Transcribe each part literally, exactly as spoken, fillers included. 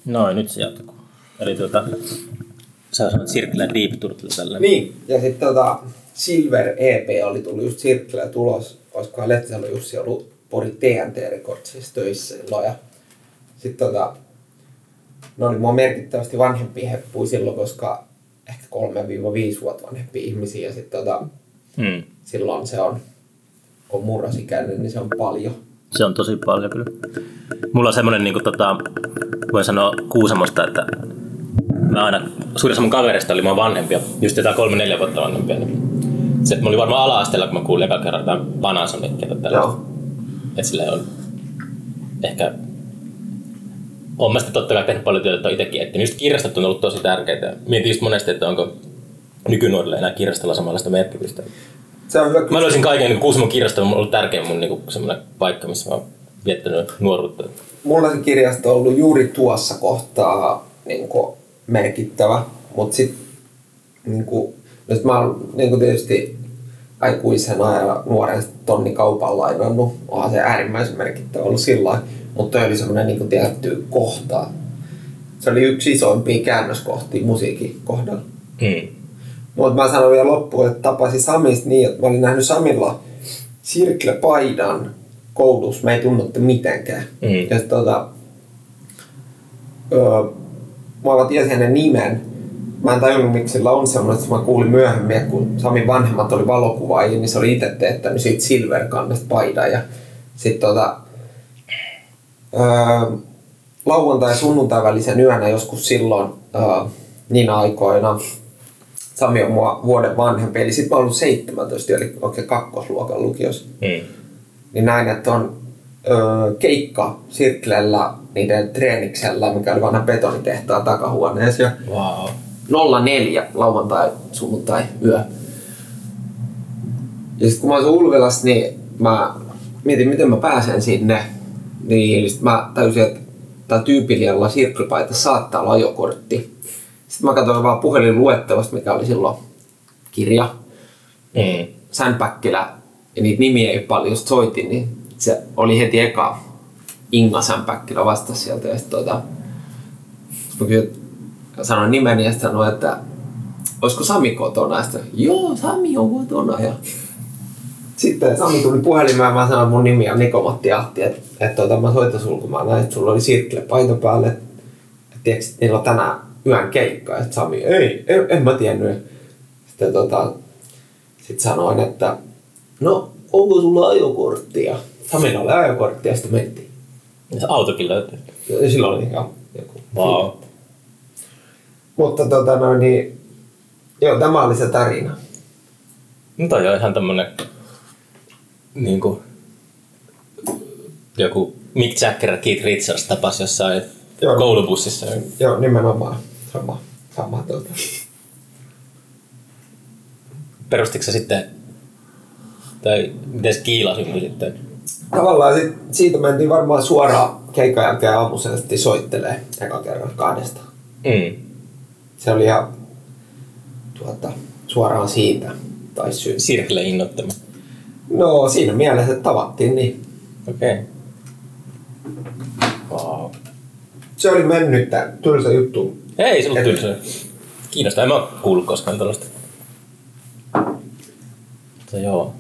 Noin, nyt se jatkuu. Eli tuota, sä sanoit Circle Deep Turtle tällä. Niin, ja sitten tota, Silver E P oli tullut just Circle tulos. Olisikohan Lehtisalo Jussi ollut Pori T N T Recordsissa töissä silloin. Ja sitten tota, ne oli mua merkittävästi vanhempia heppuja silloin, koska ehkä kolme viisi vuotta vanhempia ihmisiä. Ja sitten tota, hmm. silloin se on, kun murrosikäinen, niin se on paljon. Se on tosi paljon kyllä. Mulla on semmoinen, niin kuin, tota, voin sanoa Kuusamosta, että mä aina, suurin osa mun kavereista oli mun vanhempia, just jotain kolme neljä vuotta vanhempia. Niin se, mä olin varmaan ala-asteella, kun mä kuulin eka kerran jotain Panasonickia. Että sillä on ehkä, oon mä sitten totta kai tehnyt paljon työtä, että on itekin etsinyt. Just kirjastot on ollut tosi tärkeitä. Mietin just monesti, että onko nykynuorille enää kirjastolla samanlaista merkitystä. Se on hyvä. Mä löysin kaiken, niin Kuusamon kirjasto on ollut tärkein mun niin semmoinen paikka, missä mä oon viettänyt nuoruutta. Mulla se kirjasto on ollut juuri tuossa kohtaa niin kuin merkittävä, mutta sitten niin kuin, mä oon niin kuin tietysti aikuisena ja nuoren tonni kaupan lainannut, onhan se äärimmäisen merkittävä ollut sillä lailla, mutta toi oli semmoinen niin kuin tietty kohta. Se oli yksi isoimpia käännöskohtia musiikin kohdalla. Mm. Mutta mä sanoin vielä loppuun, että tapasin Samista niin, että mä olin nähnyt Samilla Circle-paidan koulussa. Me ei tunnuttu mitenkään. Mm. Ja sit, tota, öö, mä vaan tiesin hänen nimen. Mä en tajunnut, miksi sillä on semmoinen, että mä kuulin myöhemmin, kun Samin vanhemmat oli valokuvaajia, niin se oli itse teettänyt siitä Silver-kannesta paidan. Ja sit tota, öö, lauantai- ja sunnuntai välisen yönä joskus silloin öö, niin aikoina Sami on mua vuoden vanhempi, eli sit mä oon ollut seitsemäntoista, eli oikein kakkosluokan lukiossa. Mm. Niin näin, että on öö, keikka Circlellä niiden treeniksellä, mikä oli vanha betonitehtaan takahuoneessa. Wow. nolla neljä lauantai, sunnuntai, yö. Ja sit kun mä asuin Ulvilassa, niin mä mietin, miten mä pääsen sinne. Niin sit mä täysin, että tää tyypillä, jolla Circle-paita saattaa olla ajokortti. Sitten mä katsoin vaan puhelinluettelosta, mikä oli silloin kirja. Mm. Sänpäkkilä, ja niitä nimiä ei paljon soitin, niin se oli heti eka Inga Sänpäkkilä vastasi sieltä. Ja sitten tota, mä sanoin nimeni ja sitten sanoin, että olisiko Sami kotona? Ja sitten, joo, Sami on kotona. Ja sitten Sami tuli puhelimeen ja mä sanoin, että mun nimi on Niko-Matti Ahti. Että et, tota, mä soitan sulla, kun mä näin, että sulla oli Circle-paita päälle. Että tiedätkö, että niillä on tänään yön keikkaa. Ja Sami, ei, en, en mä tiennyt. Sitten tota, sit sanoin, että no, onko sulla ajokorttia? Samilla oli ajokortti ja sitten mentiin. Ja se autokin löytyi. Ja silloin oli ihan joku. Wow. Mutta tota noin, niin, joo, tämä oli se tarina. No toi on ihan tämmönen niinku joku Mick Jagger ja Keith Richards tapas jossain joo, koulubussissa. Joo, nimenomaan. Sama. Sama tuota. Perustitko sä sitten, tai miten se kiila syntyi sitten? Tavallaan sit, siitä mentiin varmaan suoraan keikan jälkeen aamusesti soittelee eka kerran kahdesta. Mm. Se oli ihan tuota, suoraan siitä taisi syntyä. Circle innoittama. No siinä mielessä, että tavattiin niin. Okei. Okay. Wow. Se oli mennyttä tylsä juttu. Ei se ollut tylsä. Kiinnostaa, en mä oo kuullut koskaan tällaista. Mutta joo.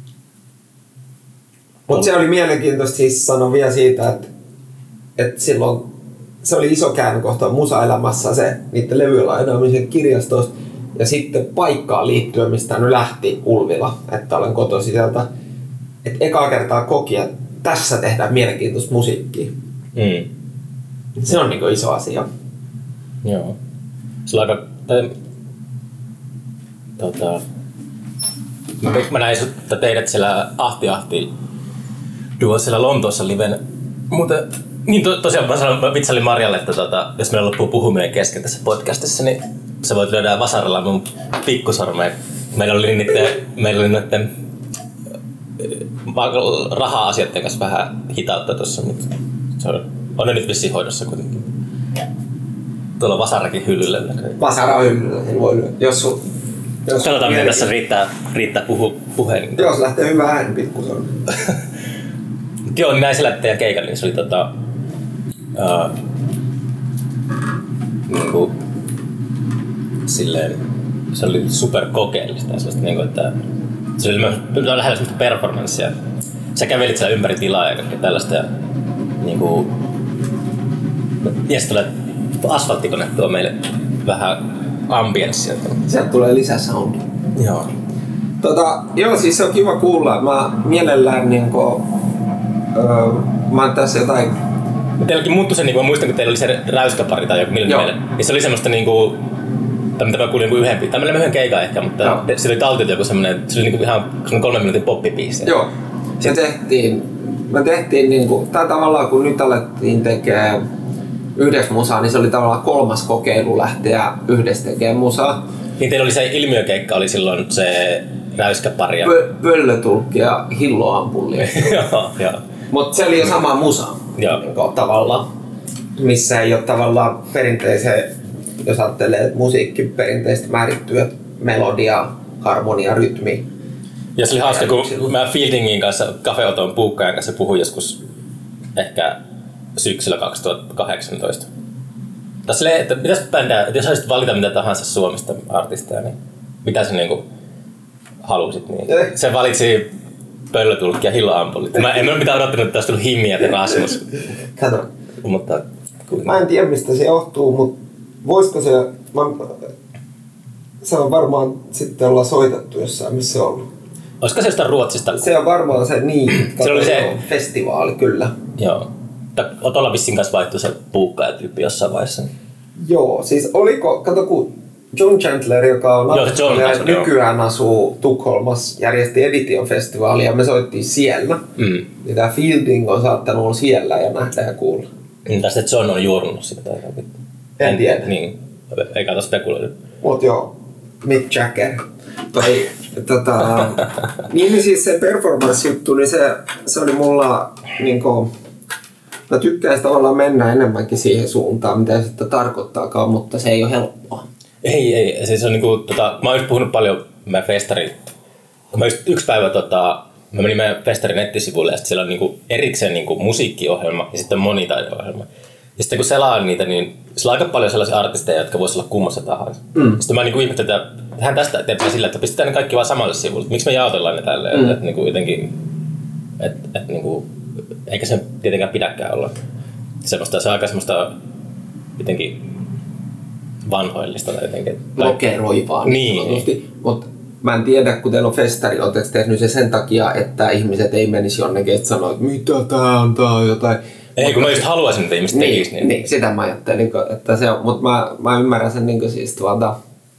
Mutta se oli mielenkiintoista siis sanoa vielä siitä, että, että silloin se oli iso käännekohta musaelämässä se niiden levyjen lainaamisen kirjastosta ja sitten paikkaan liittyen, mistä nyt lähti Ulvila, että olen kotoisin sieltä. Että ekaa kertaa koki, että tässä tehdään mielenkiintoista musiikkia. Mm. Se on niinku iso asia. Joo. Se on aika... Tai, tota, mä, mä näin teidät siellä Ahti Ahti duo siellä Lontoossa liven. Mutta niin to, tosiaan mä, sanoin, mä vitsailin Marjalle, että tota, jos meillä loppuu puhuminen kesken tässä podcastissa, niin sä voit löydä vasaralla mun pikkusormeen. Meillä oli niiden, meillä oli noiden raha-asiatteen kanssa vähän hitautta tuossa, mutta se on, on ne nyt vissiin hoidossa kuitenkin. Tuolla vasarakin hyllyllä. Vasara on hyllyllä, ei voi lyödä. Jos sun, jos katsotaan, miten tässä riittää, riittää puhu, puheen. Jos lähtee hyvä ääni pikkusormi. Joo, niin näin sillä teidän keikalla, niin se oli tota... Uh, niinku, silleen, se oli superkokeellista. Niin kuin, että se oli myös lähellä semmoista performanssia. Sä kävelit siellä ympäri tilaa ja kaikkea tällaista. Ja, niinku, ja sitten tulee asfalttikone tuo meille vähän ambienssia. Sieltä tulee lisää sound. Joo. Tota, joo, siis se on kiva kuulla. Mä mielellään niinku, öö, mä oon tässä jotain... Teilläkin muuttui se, niin mä muistan, kun teillä oli se räyskäpari tai joku, millä nimellä. Ja se oli semmoista niinku, tai mitä mä kuulin joku yhden, tai meillä yhden keikan ehkä, mutta joo. Se oli taltilta joku semmoinen, se oli niinku ihan kolmen minuutin poppibiisi. Joo, se tehtiin, me tehtiin niinku, tää tavallaan kun nyt alettiin tekee yhdessä musaa, niin se oli tavallaan kolmas kokeilu lähteä yhdessä tekemään musaa. Niin teillä oli se ilmiökeikka, oli silloin se räyskäpari. Ja... Pö, pöllötulkki ja hilloampulli. Joo, joo. Mut se oli jo sama musa. Joo. Tavallaan, missä ei ole tavallaan perinteiseen, jos ajattelee, että musiikki perinteisesti määrittyy, että melodia, harmonia, rytmi. Ja se oli hauska, kun mä Fieldingin kanssa, Cafeoton Puukkajan kanssa puhuin joskus ehkä syksyllä kaksituhattakahdeksantoista. Tässä oli, että mitäs bändää, että jos saisit valita mitä tahansa Suomesta artisteja, niin mitä sä niinku halusit, niin eh. se valitsi Pöllötulkki ja Hilloampullit. Mä en ole mitään odottanut, että olisi tullut Himmiä ja Rasmus. Kato. Mutta, mä en tiedä mistä se johtuu, mutta voisiko se... Mä, se on varmaan sitten olla soitettu jossain, missä se on ollut. Olisiko se jostain Ruotsista? Se on varmaan se niin. Se oli se festivaali, kyllä. Joo. Otolla vissin kanssa vaihtui se puukkaja-tyyppi jossain vaiheessa. Joo, siis oliko... Kato, kun John Chandler, joka on joo, John, ja nykyään joo. asuu Tukholmassa, järjesti Edition-festivaalia ja me soittiin siellä. Mm. Niin tää Fielding on saattanut olla siellä ja nähdä ja kuulla. Mm, tästä John on juorunut sitä. En, en tiedä. Niin, ei kato spekuloida. Mut joo, Mick Jagger. Toi, tota, niin, niin siis se performance-juttu, niin se, se oli mulla niinku... Mä tykkäisin tavallaan mennä enemmänkin siihen suuntaan, mitä se sitten tarkoittaakaan, mutta se ei ole helppoa. Ei, ei. Siis on niinku, tota, mä oon just puhunut paljon meidän festarin. Kun mä just yksi päivä tota, mä menin meidän festarin nettisivuille ja sitten siellä on niinku erikseen niinku musiikkiohjelma ja sitten monitaideohjelma. Ja sitten kun selaan niitä, niin siellä on aika paljon sellaisia artisteja, jotka voisi olla kummassa tahansa. Mm. Sitten mä niinku ihmettelin, että tehdään tästä eteenpäin sillä, että pistetään ne kaikki vaan samalle sivulle. Miksi me jaotellaan ne tälleen? Mm. Että et, niinku jotenkin, et, et, niinku, eikä sen tietenkään pidäkään olla semmoista, se on aika semmoista jotenkin vanhoillista tai jotenkin. Lokeroivaa. Niin. Mutta mä en tiedä, kun teillä on festari, ootteko tehnyt se sen takia, että ihmiset ei menisi jonnekin, että sanoo, että mitä tää on, tää on jotain. Ei, mutta kun mä just haluaisin, että ihmiset niin, tekis. Niin, niin, sitä mä ajattelin, että se on, mutta mä, mä ymmärrän sen niin siis tuolta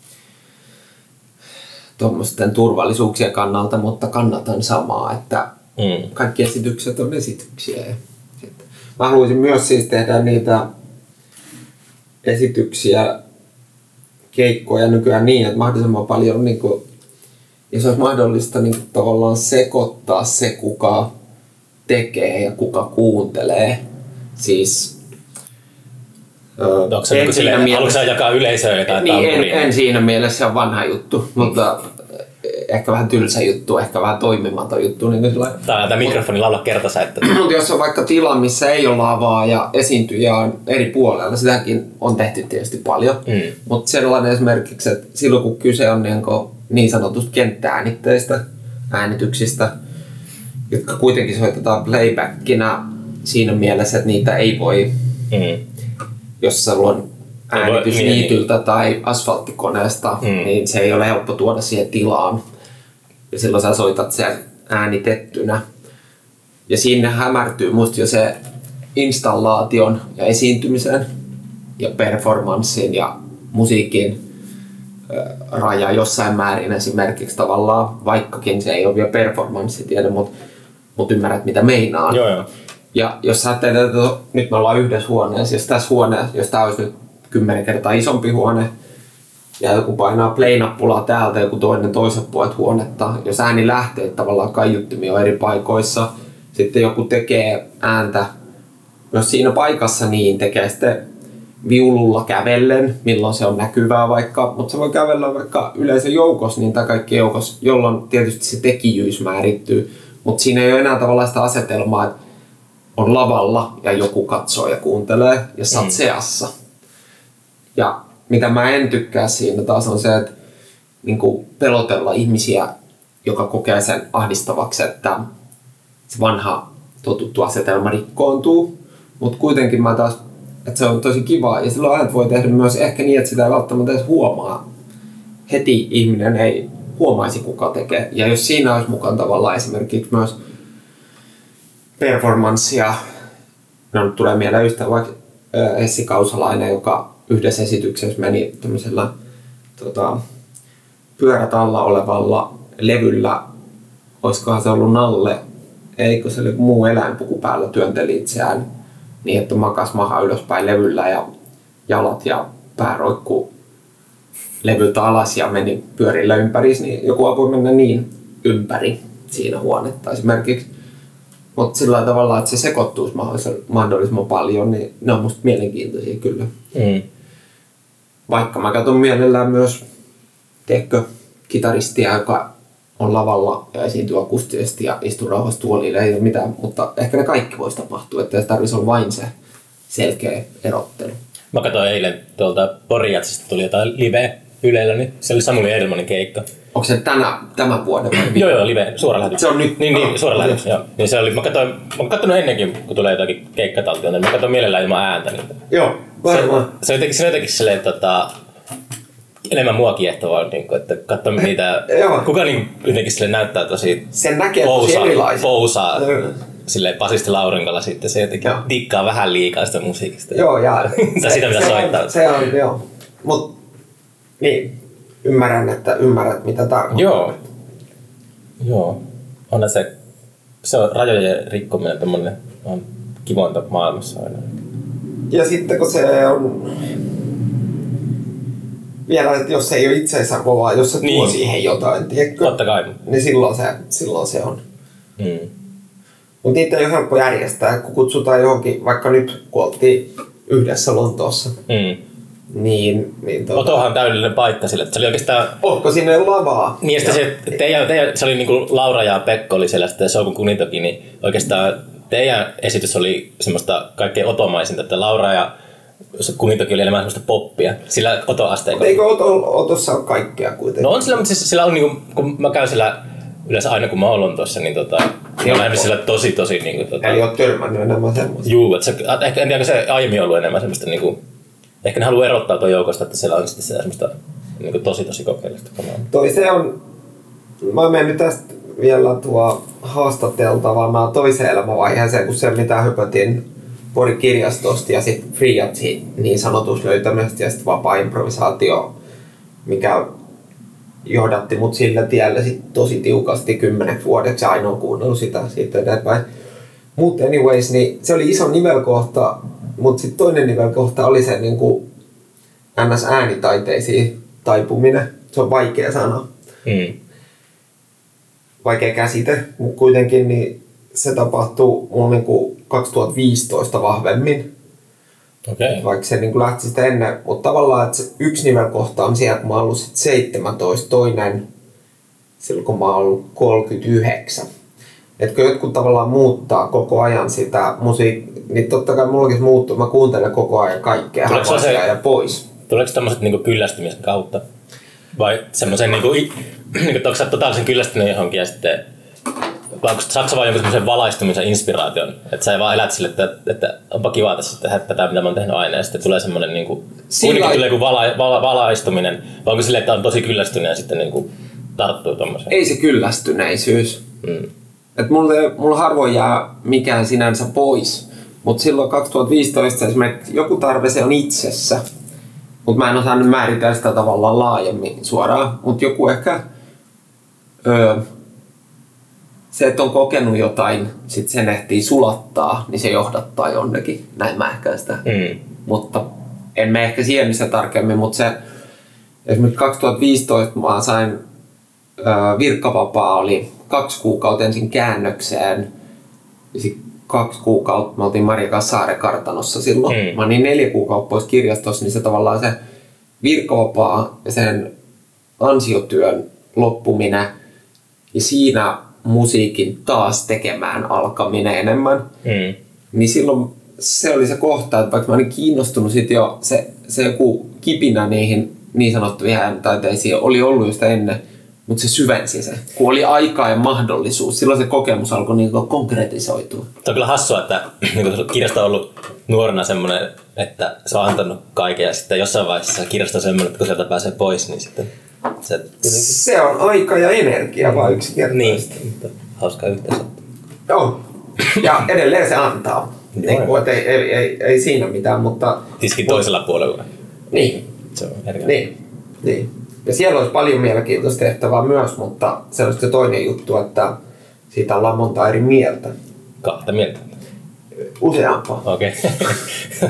tuommoisten turvallisuuksien kannalta, mutta kannatan samaa, että mm. kaikki esitykset on esityksiä. Ja sitten. Mä haluaisin myös siis tehdä niitä esityksiä, keikkoja nykyään niin, että mahdollisimman paljon, niin kuin, jos olisi mahdollista niin kuin, tavallaan sekoittaa se, kuka tekee ja kuka kuuntelee. Siis, onko se niin silleen, mielessä, haluatko sä jakaa yleisöä jotain niin, en, en siinä mielessä, se on vanha juttu, mm. mutta ehkä vähän tylsä juttu, ehkä vähän toimimaton juttu. Niin tai tämä mikrofoni laulaa kertasäettä. Mutta jos on vaikka tila, missä ei ole lavaa ja esiintyjä on eri puolella, sitäkin on tehty tietysti paljon. Mm. Mutta sellainen esimerkiksi, että silloin kun kyse on niin, niin sanotusta kenttääänitteistä äänityksistä, jotka kuitenkin soitetaan playbackina siinä mielessä, että niitä ei voi, mm. jos sulla on äänitys niin, niityltä niin. tai asfalttikoneesta, mm. niin se ei ole helppo tuoda siihen tilaan. Ja silloin sä soitat sen äänitettynä. Ja siinä hämärtyy musta jo se installaation ja esiintymisen ja performanssin ja musiikin raja jossain määrin esimerkiksi tavallaan, vaikkakin se ei ole vielä performanssitiede, mutta mut ymmärrät mitä meinaan. Joo, joo. Ja jos sä ajattelet, että nyt me ollaan yhdessä huoneessa, jos tässä huoneessa, jos tää olisi nyt kymmenen kertaa isompi huone ja joku painaa play-nappulaa täältä joku toinen toisen puolet huonetta, jos ääni lähtee, tavallaan kaiuttimia on eri paikoissa, sitten joku tekee ääntä myös siinä paikassa, niin tekee sitten viululla kävellen, milloin se on näkyvää vaikka, mutta se voi kävellä vaikka yleisön joukossa, niin tai kaikki joukossa, jolloin tietysti se tekijyys määrittyy, mutta siinä ei ole enää tavallaan sitä asetelmaa, että on lavalla ja joku katsoo ja kuuntelee ja sä oot mm. seassa. Ja mitä mä en tykkää siinä taas on se, että niin kuin pelotella ihmisiä, joka kokee sen ahdistavaksi, että se vanha totuttu asetelma rikkoontuu. Mutta kuitenkin mä taas, että se on tosi kivaa ja silloin ajat voi tehdä myös ehkä niin, että sitä ei välttämättä edes huomaa. Heti ihminen ei huomaisi kuka tekee. Ja jos siinä olisi mukaan tavallaan esimerkiksi myös performanssia, no nyt tulee mieleen yhtä vaikka Essi Kausalainen, joka yhdessä esityksessä meni tämmöisellä tota, pyörät alla olevalla levyllä, olisikohan se ollut nalle, eikö se oli muu eläinpuku päällä, työnteli itseään niin, että makas maha ylöspäin levyllä ja jalat ja pää roikkuu levyltä alas ja meni pyörillä ympäri, niin joku voi mennä niin ympäri siinä huonetta esimerkiksi. Mutta sillä tavalla, että se sekoittuisi mahdollisimman paljon, niin ne on musta mielenkiintoisia kyllä. Mm. Vaikka mä katson mielellään myös, teekö, kitaristia, joka on lavalla ja esiintyy akustisesti ja istuu rauhassa tuoliin, ei ole mitään, mutta ehkä ne kaikki voisi tapahtua, että se tarvitsisi olla vain se selkeä erottelu. Mä katsoin eilen tuolta Poriatsista tuli jotain live Ylellä, niin se oli Samuli Edelmanin keikka. Onko se tänä, tämän vuoden vai? Joo, joo, live, suora lähetys. Se on nyt? Niin, niin suora lähetys, joo. Niin se oli, mä katsoin, mä oon katsonut ennenkin, kun tulee jotakin keikkataltioita, niin mä katsoin mielellään ilman ääntä niitä. Joo, varmaan. Se, se, jotenkin, se jotenkin silleen, tota, enemmän mua kiehtovaa, niin että katso niitä, kuka niin jotenkin silleen näyttää tosi sen näkee tosi erilaisia. Pousaa. Silleen basisti Laurinkalla sitten se jotenkin joo. Dikkaa vähän liikaa sitä musiikista. Joo, ja se, sitä mitä se soittaa. On, se on, joo. Mut niin, ymmärrän, että ymmärrät mitä tarkoittaa. Joo. Joo. Onhan se, se on rajojen rikkominen tommonen on kivointa maailmassa aina. Ja sitten kun se on vielä, että jos se ei ole itseisarvo, vaan jos se tuo niin. siihen jotain, tiedätkö? Totta kai. Niin silloin se, silloin se on. Mm. Mutta niitä ei ole helppo järjestää, kun kutsutaan johonkin, vaikka nyt kun oltiin yhdessä Lontoossa. Mm. Niin, niin tuota... Otohan on täydellinen paikka sille, että se oli oikeastaan... Onko sinne lavaa? Niin, ja se, teidän, teidän, se oli niinku Laura ja Pekko oli siellä sitten Show Kunitoki, niin oikeastaan teidän esitys oli semmoista kaikkein otomaisinta, että Laura ja Kunitoki oli enemmän semmoista poppia, sillä Oto-asteikolla. Eikö Oto, Otossa ole kaikkea kuitenkin? No on sillä, mutta siis sillä on niinku, kun mä käyn siellä yleensä aina kun mä oon Lontoossa, niin tota... Niin on sillä tosi tosi niinku... Tota... Eli oot törmännyt enemmän semmoista? Juu, että se, ehkä, en tiedä, se aiemmin ollut enemmän semmoista niinku... Ehkä ne haluaa erottaa tuon joukosta, että siellä on sitten semmoista niinku tosi tosi kokeellista kamaa. Toi se on... Mä menen nyt tästä vielä tuo haastateltavana toiseen elämänvaiheeseen, kun se mitä hypätin Porin kirjastosta ja sitten Freejazzi niin sanotus löytämisestä ja sitten vapaa improvisaatio, mikä johdatti mut sillä tiellä sit tosi tiukasti kymmeneksi vuodeksi ja aina on kuunnellut sitä siitä eteenpäin. Mutta anyways, niin se oli iso nivelkohta, mutta sitten toinen nivelkohta oli se niin kuin N S-äänitaiteisiin taipuminen. Se on vaikea sana. Mm. Vaikea käsite, mutta kuitenkin niin se tapahtuu mulla niin kuin kaksituhattaviisitoista vahvemmin. Okay. Vaikka se niin lähti sitä ennen, mutta tavallaan että se yksi nivelkohta on siellä, kun mä oon ollut sit seitsemäntoista, toinen silloin kun mä oon ollut kolmekymmentäyhdeksän. Että kun jotkut tavallaan muuttaa koko ajan sitä musiikkia, niin totta kai mullakin se muuttuu, mä kuuntelen koko ajan kaikkea havaisia ja pois. Tuleeko tämmöiset niinku kyllästymisen kautta? Vai semmoisen niinku, niinku onko sä totaalisen kyllästynyt johonkin ja sitten vai saatko sä vaan jonkun semmoisen valaistumisen inspiraation? Että sä vaan elät sille, että, että onpa kiva tässä tehdä tätä, mitä mä oon tehnyt aina ja sitten tulee semmoinen niinku, kuitenkin tulee joku vala, vala, valaistuminen. Vai onko silleen, että on tosi kyllästynyt ja sitten niinku tarttuu tommoseen? Ei se kyllästyneisyys. Mm. Et mulla, mulla harvoin jää mikään sinänsä pois. Mutta silloin kaksituhattaviisitoista esimerkiksi joku tarve se on itsessä. Mutta mä en osannut määritellä sitä tavallaan laajemmin suoraan. Mutta joku ehkä... Öö, se, että on kokenut jotain, sit sen ehtii sulattaa, niin se johdattaa jonnekin. Näin mä ehkä sitä. Mm. Mutta en mä ehkä siihen missä tarkemmin, mutta se... Esimerkiksi kaksituhattaviisitoista mä sain... Öö, Virkavapaa oli kaksi kuukautta ensin käännökseen. Ja sit kaksi kuukautta me oltiin Maria kanssa Saare-kartanossa silloin. Mm. Mä olin neljä kuukautta pois kirjastossa, niin se tavallaan se Virkavapaa ja sen ansiotyön loppuminen ja siinä musiikin taas tekemään alkaminen enemmän. Mm. Niin silloin se oli se kohta, että vaikka mä olin kiinnostunut sit jo, se, se joku kipinä niihin niin sanottuihin äänitaiteisiin oli ollut just ennen, mutta se syvensi se, kun oli aikaa ja mahdollisuus. Silloin se kokemus alkoi niin konkretisoitua. Se on kyllä hassua, että niin kirjasto on ollut nuorena semmoinen, että se on antanut kaiken ja sitten jossain vaiheessa kirjasto on semmoinen, että kun sieltä pääsee pois, niin sitten se... Se on aika ja energia vaan yksinkertaisesti. Niin, mutta hauskaa yhteisottaa. Joo, ja edelleen se antaa. Niin kuin, ei, ei, ei, ei siinä mitään, mutta... Tiskin toisella puolella. Niin. Se on eri. Niin, niin. Ja siellä olisi paljon mielenkiintoista tehtävää myös, mutta se on se toinen juttu, että siitä ollaan monta eri mieltä. Kahta mieltä? Useampaa. Okei. Okay.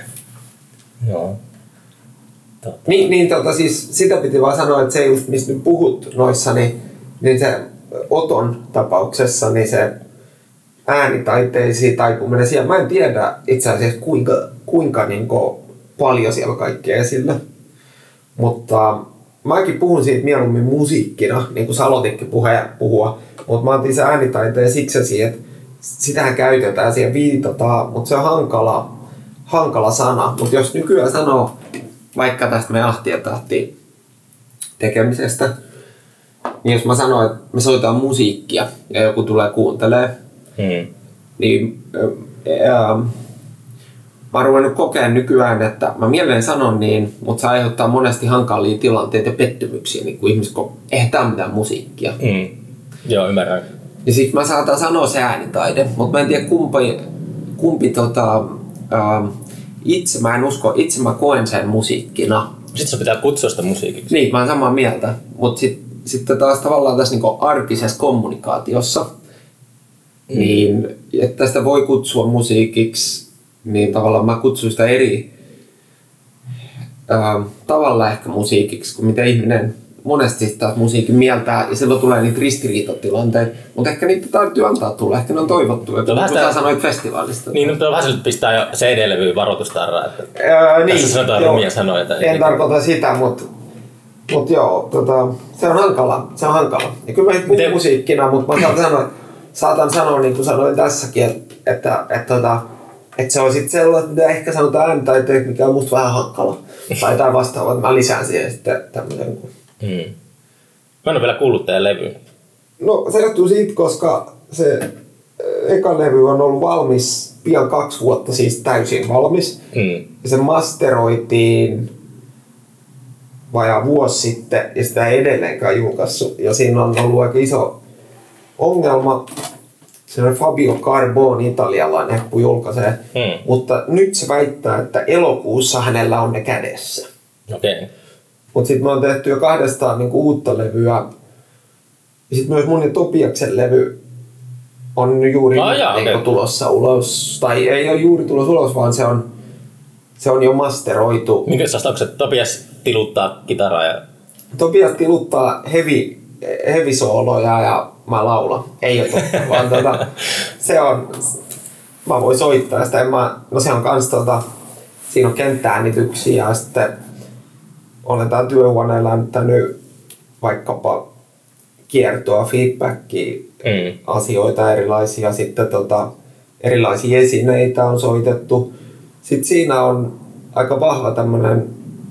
Joo. Totta. Niin, niin tota, siis sitä piti vaan sanoa, että se just mistä nyt puhut noissa, niin, niin se Oton tapauksessa, niin se äänitaiteisiin taipuminen siellä, mä en tiedä itse asiassa kuinka, kuinka niin kuin paljon siellä on kaikkea esillä. Mutta mäkin puhun siitä mieluummin musiikkina, niin kuin sä aloititkin puhua, mutta mä otin se äänitaiteen siksi, että sitähän käytetään, siihen viitataan, mutta se on hankala, hankala sana. Mutta jos nykyään sanoo vaikka tästä me ahti ja tahti tekemisestä, niin jos mä sanon, että me soitetaan musiikkia ja joku tulee kuuntelee, hmm. niin ää, mä oon ruvennut kokeen nykyään, että mä mieleen sanon niin, mutta se aiheuttaa monesti hankalia tilanteita ja pettymyksiä, niin kuin ihmiset kokee, eihän tää mitään musiikkia. Hmm. Joo, ymmärrän. Ja sit mä saatan sanoa se äänitaide, mutta mä en tiedä kumpi, kumpi tota, ää, itse mä en usko, itse mä koen sen musiikkina. Sitten se pitää kutsua sitä musiikiksi. Niin, mä oon samaa mieltä, mutta sitten sit taas tavallaan tässä niinku arkisessa kommunikaatiossa, mm. niin että sitä voi kutsua musiikiksi, niin tavallaan mä kutsun sitä eri ää, tavalla ehkä musiikiksi, kuin mitä ihminen monesti taas musiikin mieltää, ja silloin tulee niitä ristiriitatilanteita, mutta ehkä niitä täytyy antaa tulla, ehkä ne on toivottu, että kun sä sanoit festivaalista. Niin, mutta vähän sille pistää jo C D-levyyn varoitustarraa, että öö, niin, tässä sanotaan rumia sanoja. Tai en tarkoita sitä, mutta mut joo, tota, se on hankala, se on hankala. Ja kyllä mä puhun Miten? musiikkina, mutta mä saatan sanoa, saatan sanoa niin kuin sanoin tässäkin, että, että, että, että, että se on sitten sellainen, että ehkä sanotaan äänitaiteeksi, mikä on musta vähän hankala. Tai jotain vastaavaa, että mä lisään siihen sitten tämmöisen. Hmm. Mä en ole vielä kuullut teidän levyyn. No se johtuu siitä, koska se eka levy on ollut valmis pian kaksi vuotta, siis täysin valmis. Hmm. Ja se masteroitiin vajaa vuosi sitten ja sitä ei edelleenkään julkaissut. Ja siinä on ollut aika iso ongelma. Se on Fabio Carboni, italialainen, kun julkaisee. Hmm. Mutta nyt se väittää, että elokuussa hänellä on ne kädessä. Okei. Okay. Mutta sitten me on tehty jo kahdestaan niinku uutta levyä. Ja sitten myös mun ja Topiaksen levy on juuri ah, jaa, niinku okay. tulossa ulos. Tai ei ole juuri tulossa ulos, vaan se on, se on jo masteroitu. Minkä sellaista, onko se Topias tiluttaa kitaraa? Ja... Topias tiluttaa heavy, heavy sooloja ja mä laulan. Ei ole totta, vaan tota, se on... Mä voin soittaa sitä. Mä, no se on kans tota... Siinä on kenttääänityksiä ja sitten... Olen tämän työhuoneella äänittänyt vaikkapa kiertoa, feedbackia, mm. asioita erilaisia, sitten tota, erilaisia esineitä on soitettu. Sitten siinä on aika vahva tämmönen,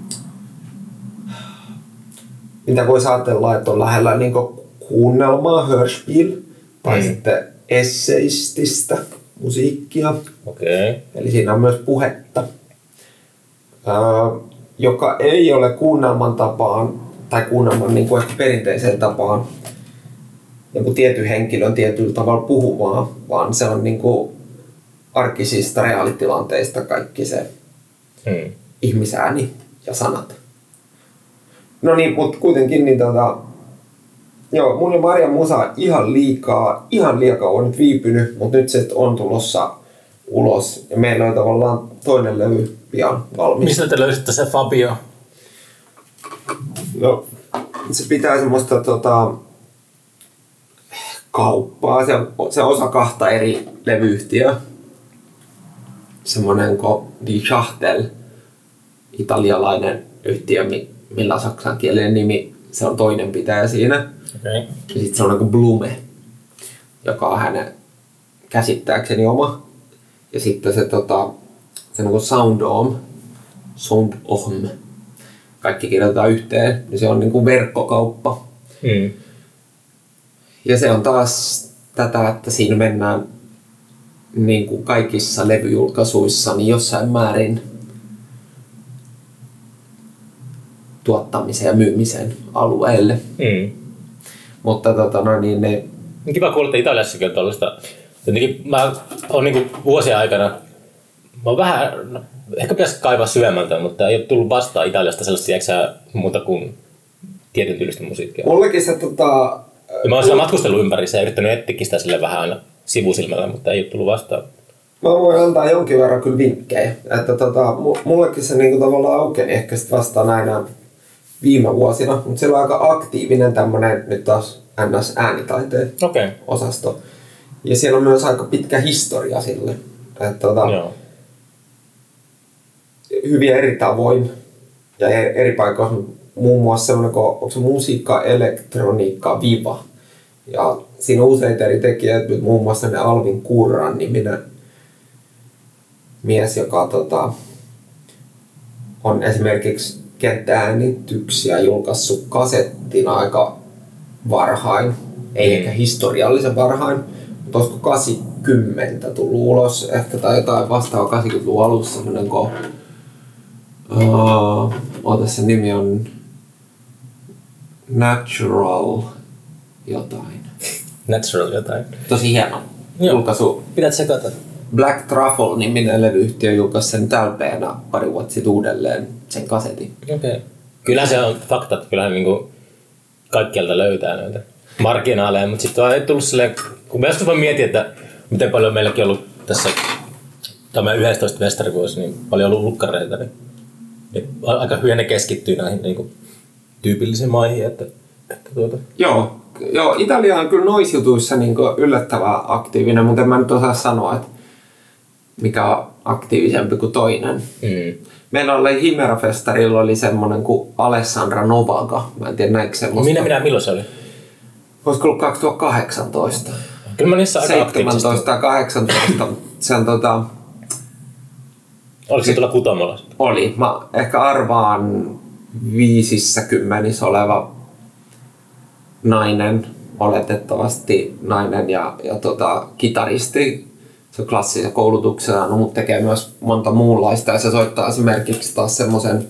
mitä voisi ajatella, että on lähellä niin kuin kuunnelmaa, Hörspiel, tai mm. sitten esseististä musiikkia. Okay. Eli siinä on myös puhetta. Öö, joka ei ole kuunnelman tapaan tai kuunnelman niin kuin ehkä perinteiseen tapaan joku tietyn henkilön tietyllä tavalla puhumaan, vaan se on niin kuin arkisista reaalitilanteista kaikki se hmm. ihmisääni ja sanat. No niin, mutta kuitenkin niin tota, joo, mun ja Marian musa ihan liikaa, ihan liikaa on nyt viipynyt, mutta nyt se on tulossa ulos ja meillä on tavallaan toinen levy pian valmis. Mistä te löysitte se Fabio? No, se pitää semmoista tota, kauppaa. Se on, se on osa kahta eri levyyhtiöä. Semmoinen kuin Die Schachtel, italialainen yhtiö, millä on saksankielinen nimi. Se on toinen pitäjä siinä. Okay. Ja sitten se on kuin Blume, joka on hänen käsittääkseni oma. Ja sitten se, tota, se niin Sound Ohm, Sound Ohm, kaikki kirjoitetaan yhteen, niin se on niin kuin verkkokauppa. Mm. Ja se on taas tätä, että siinä mennään niin kuin kaikissa levyjulkaisuissa niin jossain määrin tuottamisen ja myymisen alueelle. Mm. Mutta tota, no, niin ne... Kiva kuulla, että Italiassakin on tuollaista. Jotenkin mä oon niinku vuosien aikana, mä oon vähän, no, ehkä pitäisi kaivaa syvemmältä, mutta ei ole tullut vastaan Italiasta sellaisia eksää muuta kuin tietyn tyylistä musiikkia. Mullekin se tota... Ja mä oon siellä matkustellut ympärissä ja yrittänyt etsiä sitä sille vähän aina sivusilmällä, mutta ei ole tullut vastaan. Mä voin antaa jonkin verran kyllä vinkkejä. Että tota, mullekin se niinku tavallaan aukeni ehkä sit vasta näinä viime vuosina, mutta siellä on aika aktiivinen tämmönen nyt taas N S-äänitaiteen okay. osasto. Ja siellä on myös aika pitkä historia sille. Että tota, Joo. hyvin eri tavoin ja eri paikoissa, muun muassa semmoinen kuin onko se musiikka, elektroniikka, viva. Ja siinä on useita eri tekijöitä, muun muassa ne Alvin Kurran niminen mies, joka tota, on esimerkiksi kenttääänityksiä julkaissut kasettina aika varhain, ei mm. ehkä historiallisen varhain, mutta olisiko kahdeksankymmentä tullut ulos, ehkä tai jotain vastaavaa kahdeksankymmentäluvun alussa, semmoinen kuin, uh, oota se nimi on Natural jotain. Natural jotain. Tosi hieno julkaisu. Pitää tsekata. Black Truffle-niminen levyyhtiö julkaisi sen tälpeenä pari vuotta sitten uudelleen sen kasetin. Okei. Okay. Kyllä se on fakta, että kyllähän niinku kaikkialta löytää noita marginaaleja, mutta sitten on tullut silleen, kun mä joskus vaan mietin, että miten paljon on meilläkin ollut tässä tämä yhdestoista mestarivuosi, niin paljon ollut lukkareita, niin, niin aika hyvin ne keskittyy näihin niinku tyypillisiin maihin, että, että tuota. Joo, joo, Italia on kyllä noissa jutuissa niin yllättävän aktiivinen, mutta en mä nyt osaa sanoa, että mikä on aktiivisempi kuin toinen. Mm. Meillä oli Himera-festarilla oli semmoinen kuin Alessandra Novaga. Mä en tiedä näikö semmoista. Minä, minä, milloin se oli? Olisiko ollut kaksituhattakahdeksantoista? Kyllä mä niissä aika seitsemäntoista ja kahdeksantoista. Se on tota... Oliko se tuolla Kutomolla? Oli. Mä ehkä arvaan viisissä kymmenissä oleva nainen, oletettavasti nainen ja, ja tota, kitaristi. Se on klassisen koulutuksena, no, mutta tekee myös monta muunlaista ja se soittaa esimerkiksi taas semmoisen,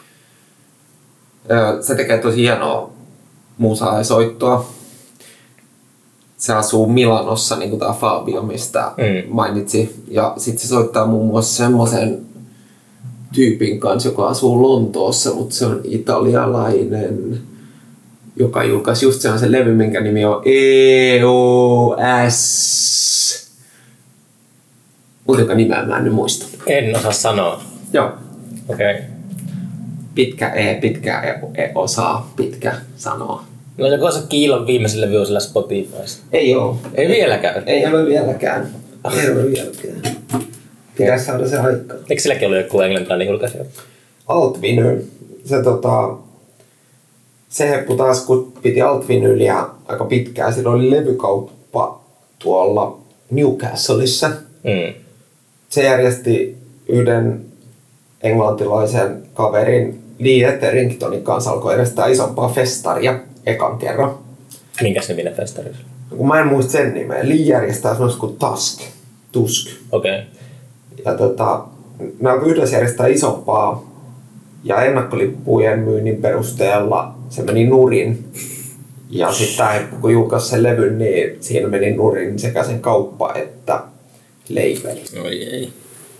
se tekee tosi hienoa musaa ja soittoa. Se asuu Milanossa, niin kuin tämä Fabio, mistä mm. mainitsi. Ja sitten se soittaa muun muassa semmoisen tyypin kanssa, joka asuu Lontoossa, mutta se on italialainen, joka julkaisi just sellaisen levy, minkä nimi on E O S. Muutenkaan nimeä mä en nyt muista. En osaa sanoa. Joo. Okei. Okay. Pitkä E, pitkä E, e osaa, pitkä sanoa. No joko se Kiilon viimeisellä vuosilla Spotifyssa? Ei oo. Ei vieläkään? Ei ole vieläkään. Ei ole vieläkään. Pitäis saada se aikaa. Eikö silläkin ollut joku englantilainen julkaisija? Alt-vinyl. Se tota... Se heppu taas, kun piti alt-vinyliä aika pitkään, sillä oli levykauppa tuolla Newcastleissa. Mm. Se järjesti yhden englantilaisen kaverin Lee Etheringtonin kanssa alkoi järjestää isompaa festaria ekan kerran. Minkäs niminen festari? Kun mä en muista sen nimeä. Lee järjestää semmoista kuin Tusk. Tusk. Okei. Okay. Ja tota, ne alkoi yhdessä järjestää isompaa ja ennakkolippujen myynnin perusteella se meni nurin. Ja sitten kun julkaisi sen levyn, niin siinä meni nurin sekä sen kauppa että leipeli. Oi ei.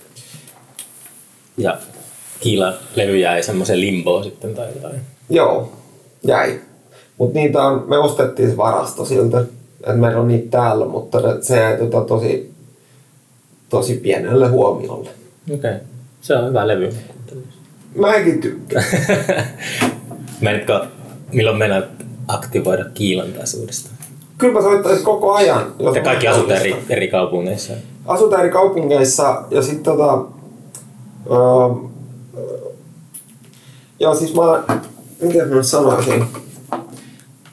Ja Kiilan levy jäi semmoisen limboon sitten tai jotain. Joo, jäi. Mutta niitä on, me ostettiin se varasto siltä, että meillä on niitä täällä, mutta se jäi tota tosi, tosi pienelle huomiolle. Okei, okay. Se on hyvä levy. Mäkin tykkään. Menitkö, milloin mennään aktivoida Kiilan taas uudestaan? Kyllä mä soittaisin koko ajan. Ja kaikki asutte eri, eri kaupungeissa? Asutaan eri kaupungeissa ja sitten tota... Uh, joo siis mä... Miten mä sanoisin?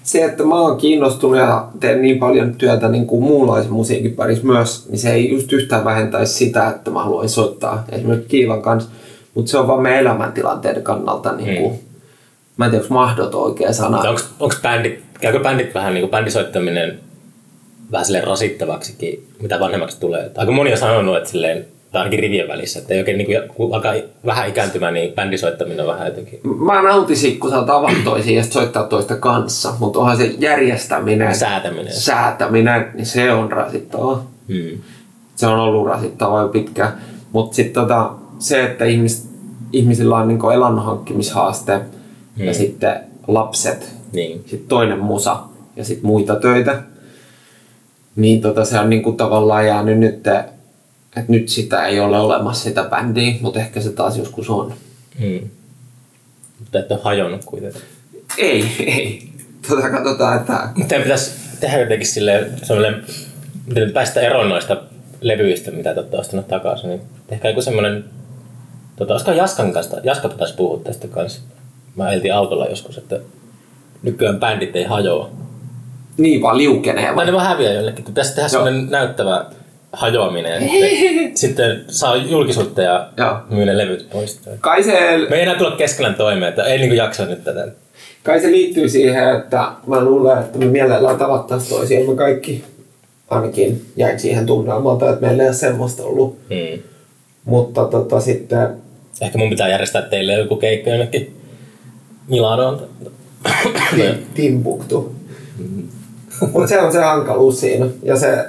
se, että mä oon kiinnostunut ja teen niin paljon työtä niin kuin muunlaisen musiikin parissa myös, niin se ei just yhtään vähentäisi sitä, että mä haluan soittaa esimerkiksi Kiivan kanssa. Mutta se on vaan meidän elämäntilanteiden kannalta, niin kuin, mm. mä en tiedä, onko mahdoton oikea sana. Onko, onko bändit, käykö bändit vähän niin kuin bändisoittaminen vähän silleen rasittavaksikin, mitä vanhemmaksi tulee? Aika moni on sanonut, että silleen, tai ainakin rivien välissä, että ei oikein niin kuin, kun alkaa vähän ikääntymään, niin bändisoittaminen on vähän jotenkin. Mä nautisin, kun sä tavat toisia ja soittaa toista kanssa, mutta onhan se järjestäminen, säätäminen, säätäminen niin se on rasittavaa. Hmm. Se on ollut rasittavaa jo pitkään. Mutta sitten tota, se, että ihmis, ihmisillä on niinku elannon hankkimishaaste hmm. ja sitten lapset, niin. sitten toinen musa ja sitten muita töitä, niin tota, se on niinku tavallaan jäänyt nyt, että nyt sitä ei ole olemassa sitä bändiä, mutta ehkä se taas joskus on. Hmm. Mutta et ole hajonnut kuitenkin. Ei, ei. Tota katsotaan, että... Teidän pitäisi tehdä jotenkin silleen, miten päästä eroon noista levyistä, mitä te olette ostanut takaisin. Niin tehkää joku semmoinen, tota, olisikohan Jaskan kanssa, Jaska pitäisi puhua tästä kanssa. Mä eltiin autolla joskus, että nykyään bändit ei hajoa. Niin vaan liukenee. Tai ne vaan häviää jollekin. Pitäisi tehdä semmoinen näyttävä hajoaminen. Sitten, sitten saa julkisuutta ja Joo. myy ne levyt pois. Kai se... Me ei enää tulla keskellään toimeen, että ei niinku jaksa nyt tätä. Kai se liittyy siihen, että mä luulen, että me mielellään tavattaisiin toisiaan. Me kaikki ainakin jäin siihen tunnelmalta, että meillä ei ole semmoista ollut. Hmm. Mutta tota sitten... Ehkä mun pitää järjestää teille joku keikka jonnekin Milanoon. Timbuktu. Mm. Mutta se on se hankaluus siinä. Ja se,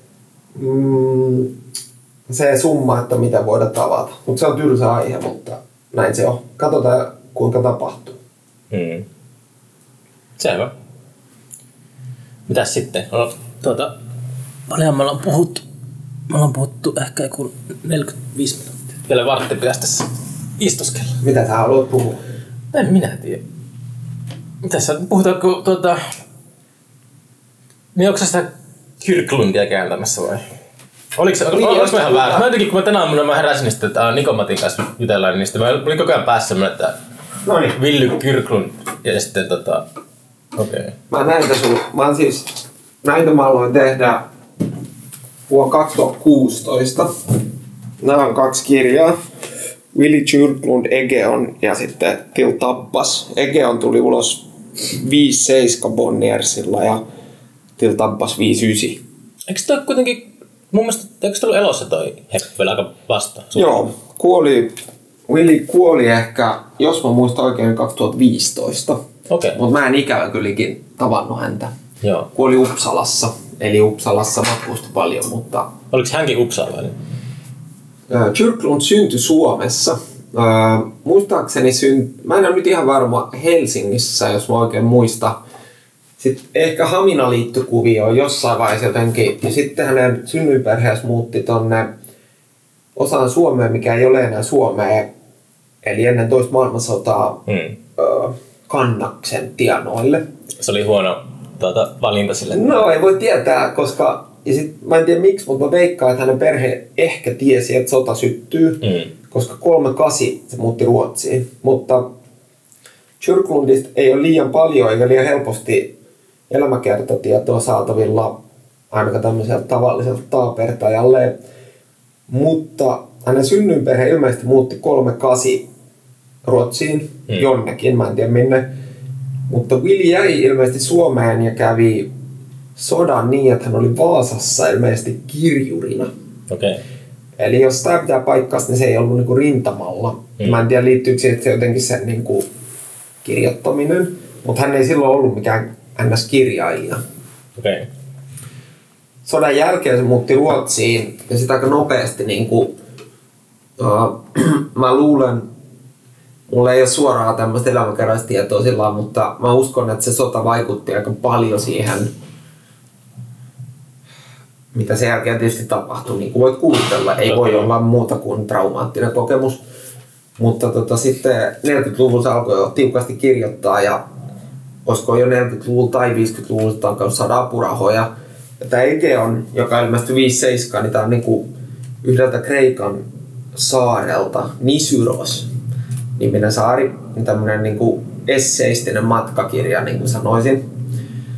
mm, se summa, että mitä voidaan tavata. Mutta se on tylsä aihe, mutta näin se on. Katsotaan, kuinka tapahtuu. Hmm. Selvä. Mitäs sitten? No, tuota, paljon me ollaan puhuttu. Me ollaan puhuttu ehkä joku neljäkymmentäviisi minuuttia. Vielä vartti pitäisi tässä istuskella. Mitä sä haluat puhua? En minä tiedä. Mitäs sä puhutaanko tuota... Niin onko sä sitä Kyrklundia kääntämässä vai? Oliko se niin, oliko mä ihan väärä? Mä jotenkin kun mä tänä aamuna mä heräsin sitten, että Niko Matin kanssa jutellaan, niin sitten mä olin koko ajan päässä semmoinen, että Noniin. Villy Kyrklund ja sitten tota... Okei. Okay. Mä näitä sun... Mä oon siis... Näitä mä aloin tehdä vuonna kaksituhattakuusitoista. Nämä on kaksi kirjaa. Willy Kyrklund Egeon ja sitten Till Tappes. Egeon tuli ulos viisi seitsemän Bonniersilla ja Till Tappes viisi yhdeksän. Eikö toi kuitenkin... Mun mielestä... Eikö toi ollut elossa toi Heppu vielä aika vasta? Joo. Kuoli... Willy kuoli ehkä, jos mä muistan oikein, kaksituhattaviisitoista. Okay. Mutta mä en ikävä kylläkin tavannut häntä. Joo. Kuoli Uppsalassa. Eli Uppsalassa matkusti paljon, mutta... Oliko hänkin uppsalainen? Kyrklund syntyi Suomessa. Äh, muistaakseni syntyi... Mä en ole nyt ihan varma Helsingissä, jos mä oikein muistan. Sitten ehkä Hamina liittyi kuvioon jossain vaiheessa jotenkin. Ja sitten hänen synnyinperheessä muutti tonne osaan Suomea, mikä ei ole enää Suomea. Eli ennen toista maailmansotaa hmm. äh, Kannaksen tienoille. Se oli huono tuota, valinta sille. No ei voi tietää, koska ja sit, mä en tiedä miksi, mutta mä veikkaan, että hänen perhe ehkä tiesi, että sota syttyy, mm. koska kolmekymmentäkahdeksan se muutti Ruotsiin. Mutta Kyrklundista ei ole liian paljon eikä liian helposti elämäkertatietoa saatavilla ainakaan tämmöiseltä tavalliselta taapertajalle. Mutta hänen synnyinperhe ilmeisesti muutti kolmekymmentäkahdeksan Ruotsiin mm. jonnekin, mä en tiedä minne. Mutta Willy jäi ilmeisesti Suomeen ja kävi sodan niin, että hän oli Vaasassa ilmeisesti kirjurina. Okay. Eli jos tämä pitää paikkaansa, niin se ei ollut niinku rintamalla. Mm. Mä en tiedä liittyykö siihen, että se jotenkin sen niinku kirjoittaminen, mutta hän ei silloin ollut mikään ns-kirjailija. Okay. Sodan jälkeen se muutti Ruotsiin ja sitä aika nopeasti niinku, uh, mä luulen, mulla ei ole suoraa tämmöistä elämäkerraistietoa sillä, mutta mä uskon, että se sota vaikutti aika paljon siihen, mitä sen jälkeen tietysti tapahtui. Niin kuin voit kuvitella, ei voi olla muuta kuin traumaattinen kokemus. Mutta tota, sitten neljäkymmentäluvulla se alkoi jo tiukasti kirjoittaa ja olisiko jo neljäkymmentäluvulla tai viisikymmentäluvulla alkanut saada apurahoja. Ja tämä Egeon, joka ilmestyi viisi seitsemän, niin tämä on niin kuin yhdeltä Kreikan saarelta, Nisyros niminen saari, tämmöinen niin kuin esseistinen matkakirja, niin kuin sanoisin.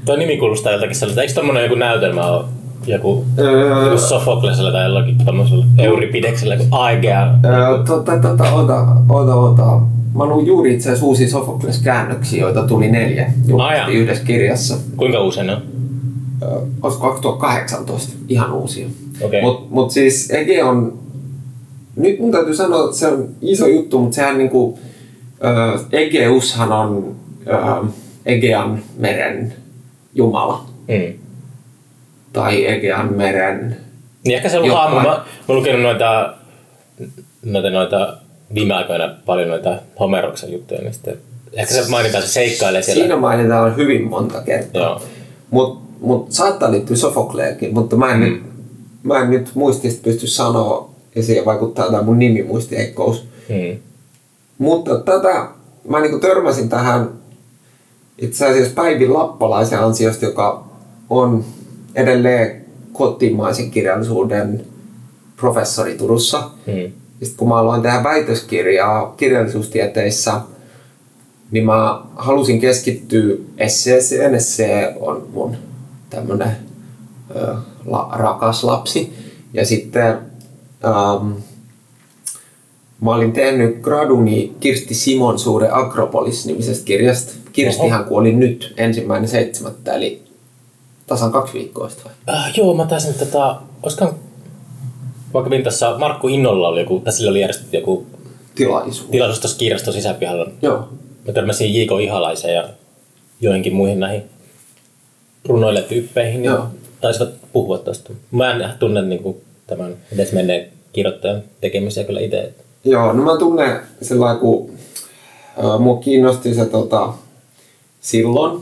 Tuo nimi kuulostaa joltakin sellaiselta. Eikö tommonen joku näytelmä ole? Joku, öö, joku Sofoklesella tai jollakin tommosella Euripideksellä, joku Aegea. Öö, tota, tota, ota, ota, ota. Mä luin juuri itse asiassa uusia Sofokles-käännöksiä, joita tuli neljä. Julkaistiin yhdessä kirjassa. Kuinka uusia ne on? Öö, olisiko kaksituhattakahdeksantoista? Ihan uusia. Okay. Mut, mut siis Ege on... Nyt mun täytyy sanoa, että se on iso juttu, mutta sehän niinku... Öö, Egeushan on öö, Egean meren jumala. Mm. Tai Egean meren... Niin ehkä se on ollut hahmo. Mä, mä oon lukenut noita, noita, noita viime aikoina paljon noita Homeroksen juttuja, niin sitten ehkä se mainitaan, se seikkailee siellä. Siinä mainitaan hyvin monta kertaa. Mutta mut saattaa liittyä Sofokleekin, mutta mä en, mm. nyt, mä en nyt muistista pysty sanoa, ja siihen vaikuttaa tämä mun nimimuistiheikkous. Mm. Mutta tätä, mä niinku törmäsin tähän itse asiassa Päivi Lappalaisen ansiosta, joka on edelleen kotimaisen kirjallisuuden professori Turussa. Mm. Sitten kun mä aloin tehdä väitöskirjaa kirjallisuustieteissä, niin mä halusin keskittyä esseeseen. Essee on mun tämmönen ö, la, rakas lapsi. Ja sitten ähm, mä olin tehnyt graduni Kirsti Simonsuuden Akropolis-nimisestä kirjasta. Kirstihan kuoli nyt ensimmäinen seitsemättä, eli tasan kaksi viikkoa sitten vai? Äh, joo, mä taisin tätä, olisikohan vaikka tässä Markku Innolla oli joku, tässä oli järjestetty joku tilaisuus, tilaisuus tuossa kirjaston sisäpihalla. Joo. Mä törmäsin J K Ihalaiseen ja joihinkin muihin näihin runoille tyyppeihin, niin taisivat puhua tuosta. Mä en tunne niin kuin, tämän edes menneen kirjoittajan tekemisiä kyllä itse. Joo, no mä tunnen sellainen, kun äh, mua kiinnosti se tota, silloin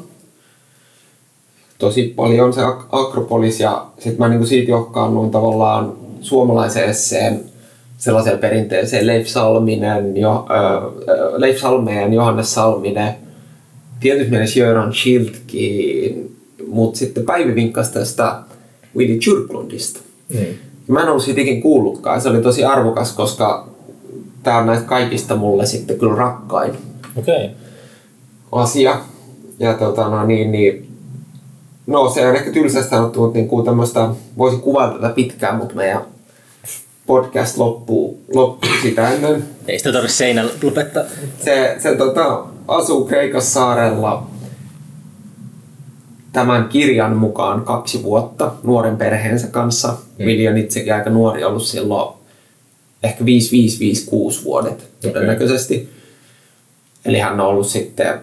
tosi paljon se Akropolis, ja sit mä niinku siitä johkaannuin tavallaan suomalaisen esseen sellaiseen perinteeseen Leif Salminen, jo, äh, Leif Salmeen, Johannes Salminen, tietysti mielessä Göran Schildkin, mutta sitten Päivi vinkkasi tästä Willy Kyrklundista. Mm. Mä en ollut siitä ikin kuullutkaan, se oli tosi arvokas, koska tää on näistä kaikista mulle sitten kyllä rakkain okay. asia. Ja tota, no, niin, niin, no se on ehkä tylsästi sanottu, mutta niin kuin tämmöistä, voisin kuvata tätä pitkään, mutta meidän podcast loppuu, loppuu sitä ennen. Ei sitä tarvitse seinällä lopettaa. Se, se tota, asuu Kreikassa saarella tämän kirjan mukaan kaksi vuotta nuoren perheensä kanssa. Mm. Willy on itsekin aika nuori ollut silloin, ehkä viisi viisi viisi kuusi vuodet todennäköisesti. Okay. Eli hän on ollut sitten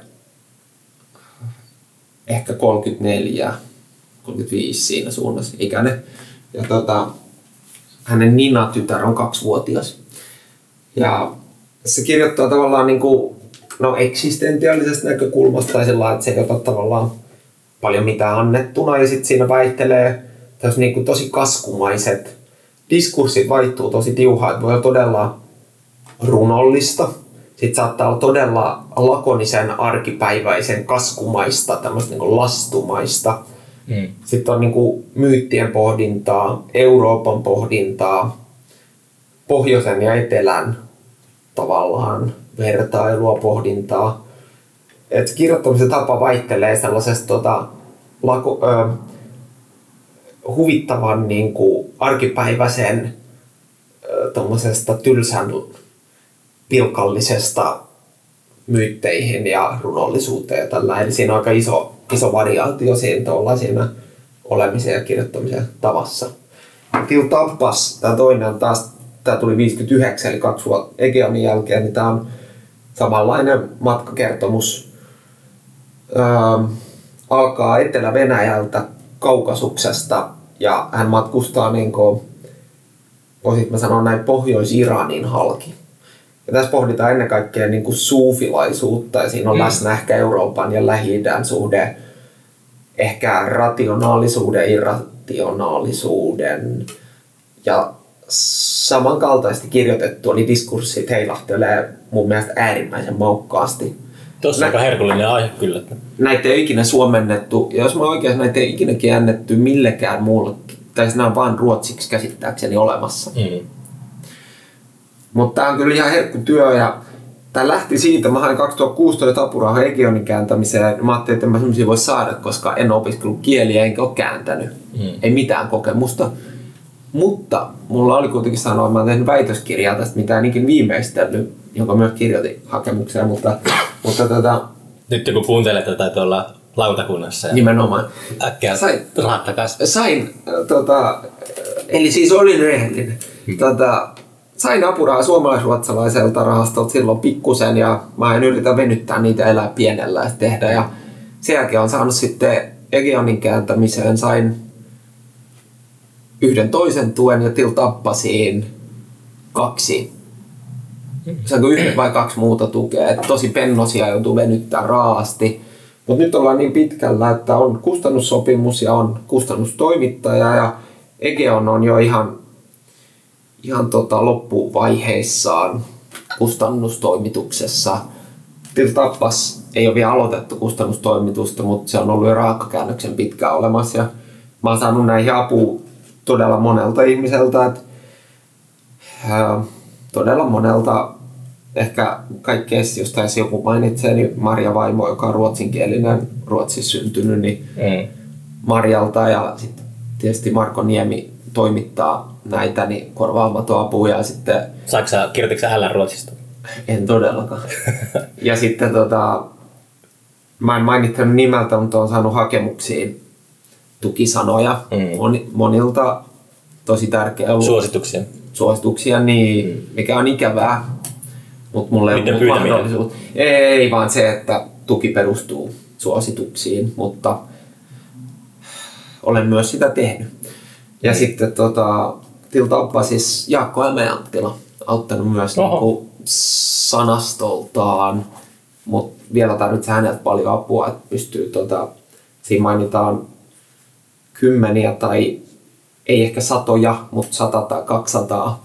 ehkä kolmekymmentäneljä kolmekymmentäviisi siinä suunnassa ikäinen. Ja tota, hänen Nina-tytär on kaksivuotias. Ja se kirjoittaa tavallaan niin kuin, no, eksistentiaalisesta näkökulmasta tai sellainen, että se ei ota tavallaan paljon mitään annettuna, ja sitten siinä vaihtelee niin kuin tosi kaskumaiset diskurssit, vaihtuu tosi tiuhaa, että voi olla todella runollista. Sitten saattaa olla todella lakonisen arkipäiväisen kaskumaista, tämmöistä niin kuin lastumaista. Mm. Sitten on niin kuin myyttien pohdintaa, Euroopan pohdintaa, pohjoisen ja etelän tavallaan vertailua, pohdintaa. Et kirjoittamisen tapa vaihtelee sellaisesta tota, lako, ö, huvittavan niin kuin arkipäiväisen ö, tylsän pilkallisesta myytteihin ja runollisuuteen ja tällä. Eli siinä on aika iso, iso variaatio siinä, siinä olemisen ja kirjoittamisen tavassa. Till Tapas, tämä toinen on taas, tämä tuli viisikymmentäyhdeksän eli kaksi vuotta Egeanin jälkeen, niin tämä on samanlainen matkakertomus. Öö, alkaa Etelä-Venäjältä, Kaukasuksesta, ja hän matkustaa niin kuin, voisin mä sanoa näin, Pohjois-Iranin halki. Ja tässä pohditaan ennen kaikkea niin kuin suufilaisuutta, ja siinä on mm. läsnä ehkä Euroopan ja Lähi-idän suhde, ehkä rationaalisuuden, irrationaalisuuden, ja samankaltaisesti kirjoitettu, niin diskurssit heilahtelee mun mielestä äärimmäisen maukkaasti. Tuossa on aika herkullinen aihe kyllä. Näitä ei ole ikinä suomennettu, ja jos mä oikein näitä ei ikinä käännetty millekään muulle, tai nämä on vaan ruotsiksi käsittääkseni olemassa. Mm. Mutta tämä on kyllä ihan herkku työ, ja Tämä lähti siitä, mä hain kaksituhattakuusitoista apurahaa Egeonin kääntämiseen. Mä ajattelin, että mä semmoisia voi saada, koska en ole opiskellut kieliä enkä ole kääntänyt. Mm. Ei mitään kokemusta. Mutta mulla oli kuitenkin sanoa, että mä oon tehnyt väitöskirjaa tästä, mitä en ikin viimeistellyt, jonka myös kirjoitin hakemukseen. Mutta, mutta tota, nyt kun kuuntelet, että täytyy olla lautakunnassa ja nimenomaan. Äkkiä sain, rahat takaisin. Sain, tota, eli siis olin rehellinen. Hmm. Tota, sain apurahaa suomalais-ruotsalaiselta rahastolta silloin pikkusen ja mä en yritä venyttää niitä elää pienellä ja tehdä. Ja sen jälkeen on saanut sitten Egeonin kääntämiseen, sain yhden toisen tuen ja Till tappasiin kaksi. Saanko yhden vai kaksi muuta tukea. Et tosi pennosia joutuu venyttää raasti. Mutta nyt ollaan niin pitkällä, että on kustannussopimus ja on kustannustoimittaja ja Egeon on jo ihan, ihan tota loppuvaiheissaan kustannustoimituksessa. Till tappas ei ole vielä aloitettu kustannustoimitusta, mutta se on ollut jo raakkakäännöksen pitkään olemassa. Ja mä oon saanut näihin apua todella monelta ihmiseltä. Et, ää, todella monelta. Ehkä kaikkein, jos tässä joku mainitsee, niin Marja Vaimo, joka on ruotsinkielinen, Ruotsissa syntynyt, niin mm. Marjalta ja sitten tietysti Marko Niemi toimittaa näitä niin korvaamaton apua ja sitten... Saatko sä, kirjoititko sä L Ruotsista? En todellakaan. Ja sitten tota, mä en mainittanut nimeltä, mutta olen saanut hakemuksiin tukisanoja mm. monilta, tosi tärkeä ollut. Suosituksia. Suosituksia, niin mm. mikä on ikävää. Mutta mulla ei ole mahdollisuutta. Ei vaan se, että tuki perustuu suosituksiin, mutta olen myös sitä tehnyt. Ja mm. sitten tota, Till tappaa siis Jaakko Hämeenanttila auttanut myös niinku sanastoltaan, mutta vielä tarvitsee häneltä paljon apua, että pystyy, tota, siinä mainitaan kymmeniä tai ei ehkä satoja, mutta sata tai kaksisataa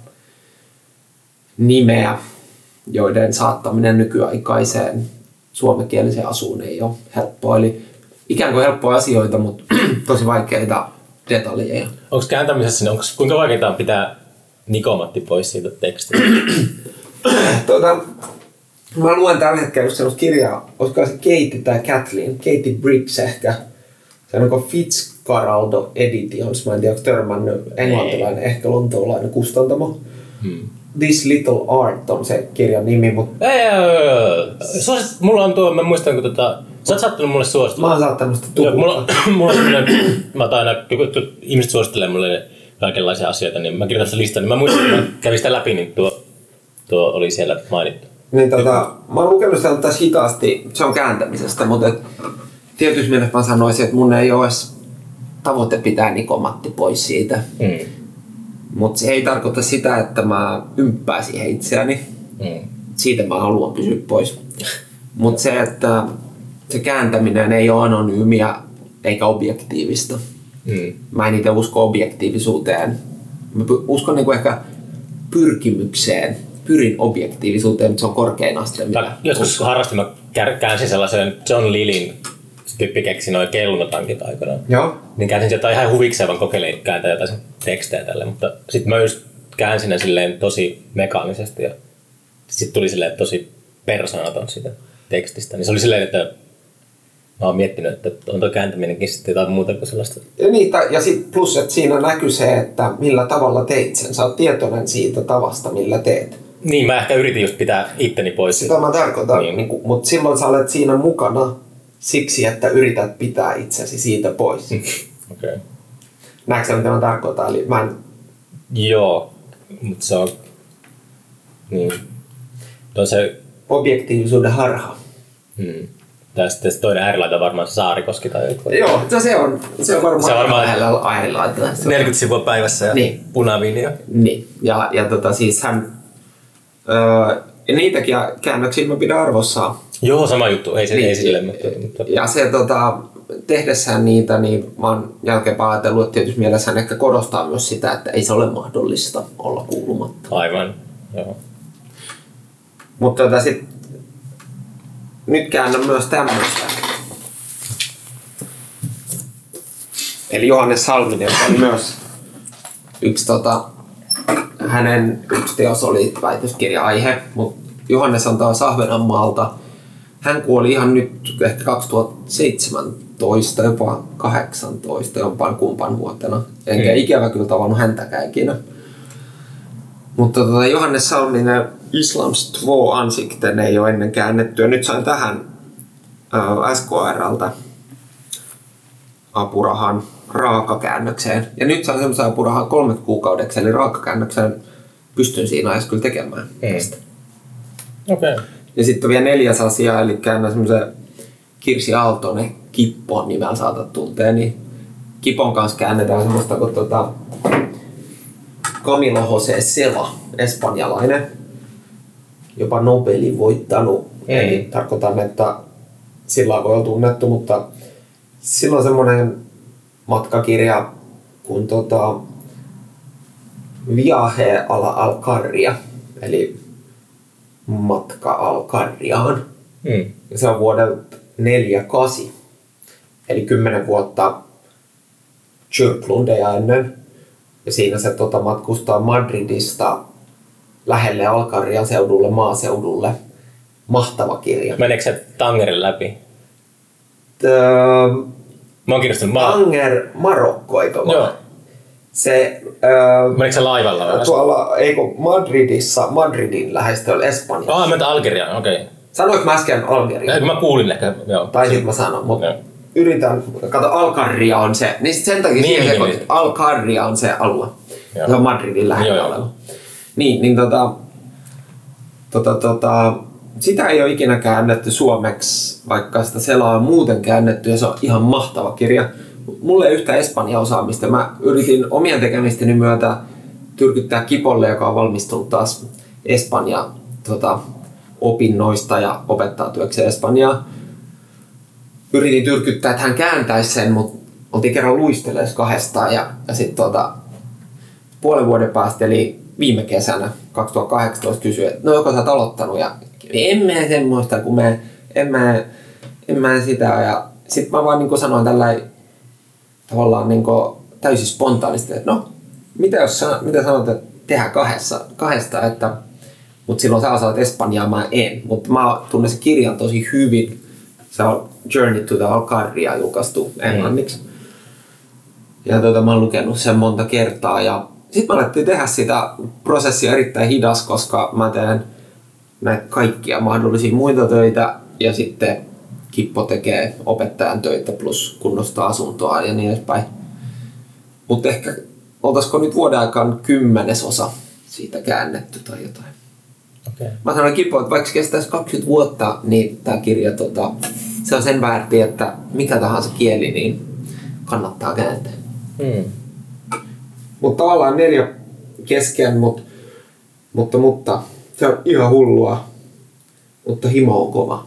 nimeä, joiden saattaminen nykyaikaiseen suomenkieliseen asuun ei ole helppoa. Eli ikään kuin helppoa asioita, mutta tosi vaikeita detaljeja. Onko kääntämisessä, onko, kuinka vaikeaa pitää nikomatti pois siitä tekstistä? tuota, mä luen tällä hetkellä just sellaista kirjaa, olisiko se Katie tai Kathleen, Katie Briggs ehkä. Se on kuin Fitzcarraldo Editions, mä en tiedä, onko törmännyt englantilainen, ehkä lontoolainen kustantamo. Hmm. This Little Art on se kirjan nimi, mutta... Ei, ei, ei. Suosit, mulla on tuo, mä muistan, kun tota... Sä oot saattanut mulle suositella. Mä oon saattanut sitä tukua. Mulla, mulla on sellainen... Mä otan aina... Ihmiset suosittelee mulle kaikenlaisia asioita, niin mä kirjoitan sitä listaa. Niin mä muistan, että mä kävin sitä läpi, niin tuo, tuo oli siellä mainittu. Niin tota... Mä oon lukenut sitä taas hitaasti. Se on kääntämisestä, mutta... Et, tietysti mielessä mä sanoisin, että mun ei ole edes tavoite pitää nikomatti pois siitä. Mm. Mutta se ei tarkoita sitä, että mä ymppään siihen itseäni. Mm. Siitä mä haluan pysyä pois. Mutta se, että se kääntäminen ei ole anonyymiä eikä objektiivista. Mm. Mä en itse usko objektiivisuuteen. Mä uskon niinku ehkä pyrkimykseen. Pyrin objektiivisuuteen, mutta se on korkein aste. Joskus harrastin, mä käänsin sellaisen John Lillin tyyppi keksi noin kellotankit aikanaan. Joo. Niin käänsin jotain ihan huvikseen, vaan kokeilin kääntää jotain tekstejä tälle, mutta sitten mä just käänsin ne silleen tosi mekaanisesti ja sitten tuli silleen tosi persoonaton siitä tekstistä. Niin se oli silleen, että mä oon miettinyt, että on tuo kääntäminenkin sitten jotain muuta kuin sellaista. Ja, niin, ja sit plus, että siinä näkyy se, että millä tavalla teit sen. Sä oot tietoinen siitä tavasta, millä teet. Niin, mä ehkä yritin just pitää itteni pois. Sitä mä tarkoitan, niin. Niin, mutta silloin sä olet siinä mukana siksi, että yrität pitää itsesi siitä pois. Okei. Okay. Näetkö mitä mä tarkoitan? Eli mä en... Joo, mutta se on... Niin. Tuo se... Objektiivisuuden harha. Hmm. Tai sitten toinen äärilaita varmaan Saarikoski tai joku. Joo, se on, se on varmaan, se on varmaan äärilaita. neljäkymmentä sivua päivässä ja niin. Punaviinia. Niin, ja, ja tota, siis hän... Öö, ja niitäkin käännöksiä mä pidän arvossaan. Joo, sama juttu. Ei, se, niin, ei sille, mutta, mutta... Ja se tota, tehdessään niitä, niin mä oon jälkeenpäin ajatellut, että tietysti mielessään ehkä korostaa myös sitä, että ei se ole mahdollista olla kuulumatta. Aivan, joo. Mutta tota sit, nyt käännän myös tämmöistä. Eli Johannes Salminen on myös yksi tota, hänen yksi teos oli väitöskirja-aihe, mutta Johannes on taas Ahvenanmaalta. Hän kuoli ihan nyt ehkä kaksituhattaseitsemäntoista, jopa kahdeksantoista, jompaan kumpan vuotena. Enkä mm. ikävä kyllä tavannut häntäkään ikinä. Mutta tota, Johannes Salminen Islams två ansikten ei ole ennen käännetty. Ja nyt sain tähän äh, S K R:ltä apurahan raakakäännökseen. Ja nyt sain semmoisen apurahan kolmet kuukaudeksi, eli raakakäännöksen pystyn siinä ajassa kyllä tekemään tästä. Okei. Okay. Ja sitten vielä neljäs asia, eli käännän semmoisen Kirsi Aaltonen Kippon nimellä saatat tuntea, niin Kipon kanssa käännetään semmoista kuin tota Camilo José Cela, espanjalainen, jopa Nobelin voittanut. Mm. Eli tarkoitan, että sillä voi olla tunnettu, mutta sillä on semmoinen matkakirja kuin tota Viaje a la Alcarria, eli matka Alcarriaan. Mm. Ja se on vuodelta neljäkymmentäkahdeksan, eli kymmenen vuotta Kyrklundeja ennen. Ja siinä se tota, matkustaa Madridista lähelle Alcarrian seudulle, maaseudulle. Mahtava kirja. Meneekö se Tangerin läpi? Tö... Mä oon kirjoittanut maa... Tanger, Marokko, eikö vaan? Joo. Se, öö, meneekö se laivalla vai? Tuolla, eikö Madridissa, Madridin lähestöllä Espanjassa. Ah, mä Algeriaan, okei. Okay. Sanoinko mä äsken Algeria? Mä kuulin ehkä, joo. Tai sit mä sanon, mutta yritän, kato, Alcarria on se, niin sit sen takia niin, siihen niin, niin, Alcarria on se alue. Joo. Se on Madridin lähellä oleva. Niin, niin tota, tota, tota, sitä ei ole ikinä käännetty suomeksi, vaikka sitä selaa on muuten käännetty ja se on ihan mahtava kirja. Mulla ei yhtä Espanjan osaamista. Mä yritin omien tekemisteni myötä tyrkyttää Kipolle, joka on valmistunut taas Espanja tota, opinnoista ja opettaa työkseen Espanjaa. Yritin tyrkyttää, että hän kääntäisi sen, mutta oltiin kerran luistelemaan kahdestaan ja, ja sitten tota, puolen vuoden päästä, eli viime kesänä kaksituhattakahdeksantoista kysyi, että no joko sä oot aloittanut ja en mä semmoista, kun mä en mä, en mä sitä ja sitten mä vaan niin sanoin tällä tavallaan niin täysin spontaanisti, että no mitä jos sä, mitä sanot, että tehdään kahdessa, kahdesta, että mutta silloin sä osaat Espanjaa, mä en, mutta mä tunnen sen kirjan tosi hyvin. Se on Journey to the Alcarria julkaistu englanniksi. Mm. Ja tuota, mä oon lukenut sen monta kertaa. Ja sitten mä alettiin tehdä sitä prosessia erittäin hidas, koska mä teen näitä kaikkia mahdollisia muita töitä. Ja sitten Kippo tekee opettajan töitä plus kunnostaa asuntoa ja niin edespäin. Mutta ehkä oltaisiko nyt vuoden aikaan kymmenesosa siitä käännetty tai jotain. Okay. Mä sanoin Kippo, että vaikka kestäisi kaksikymmentä vuotta, niin tämä kirja, tota, se on sen väärti, että mikä tahansa kieli, niin kannattaa kääntää. Mm. Mutta tavallaan neljä kesken, mut, mutta, mutta se on ihan hullua, mutta himo on kova.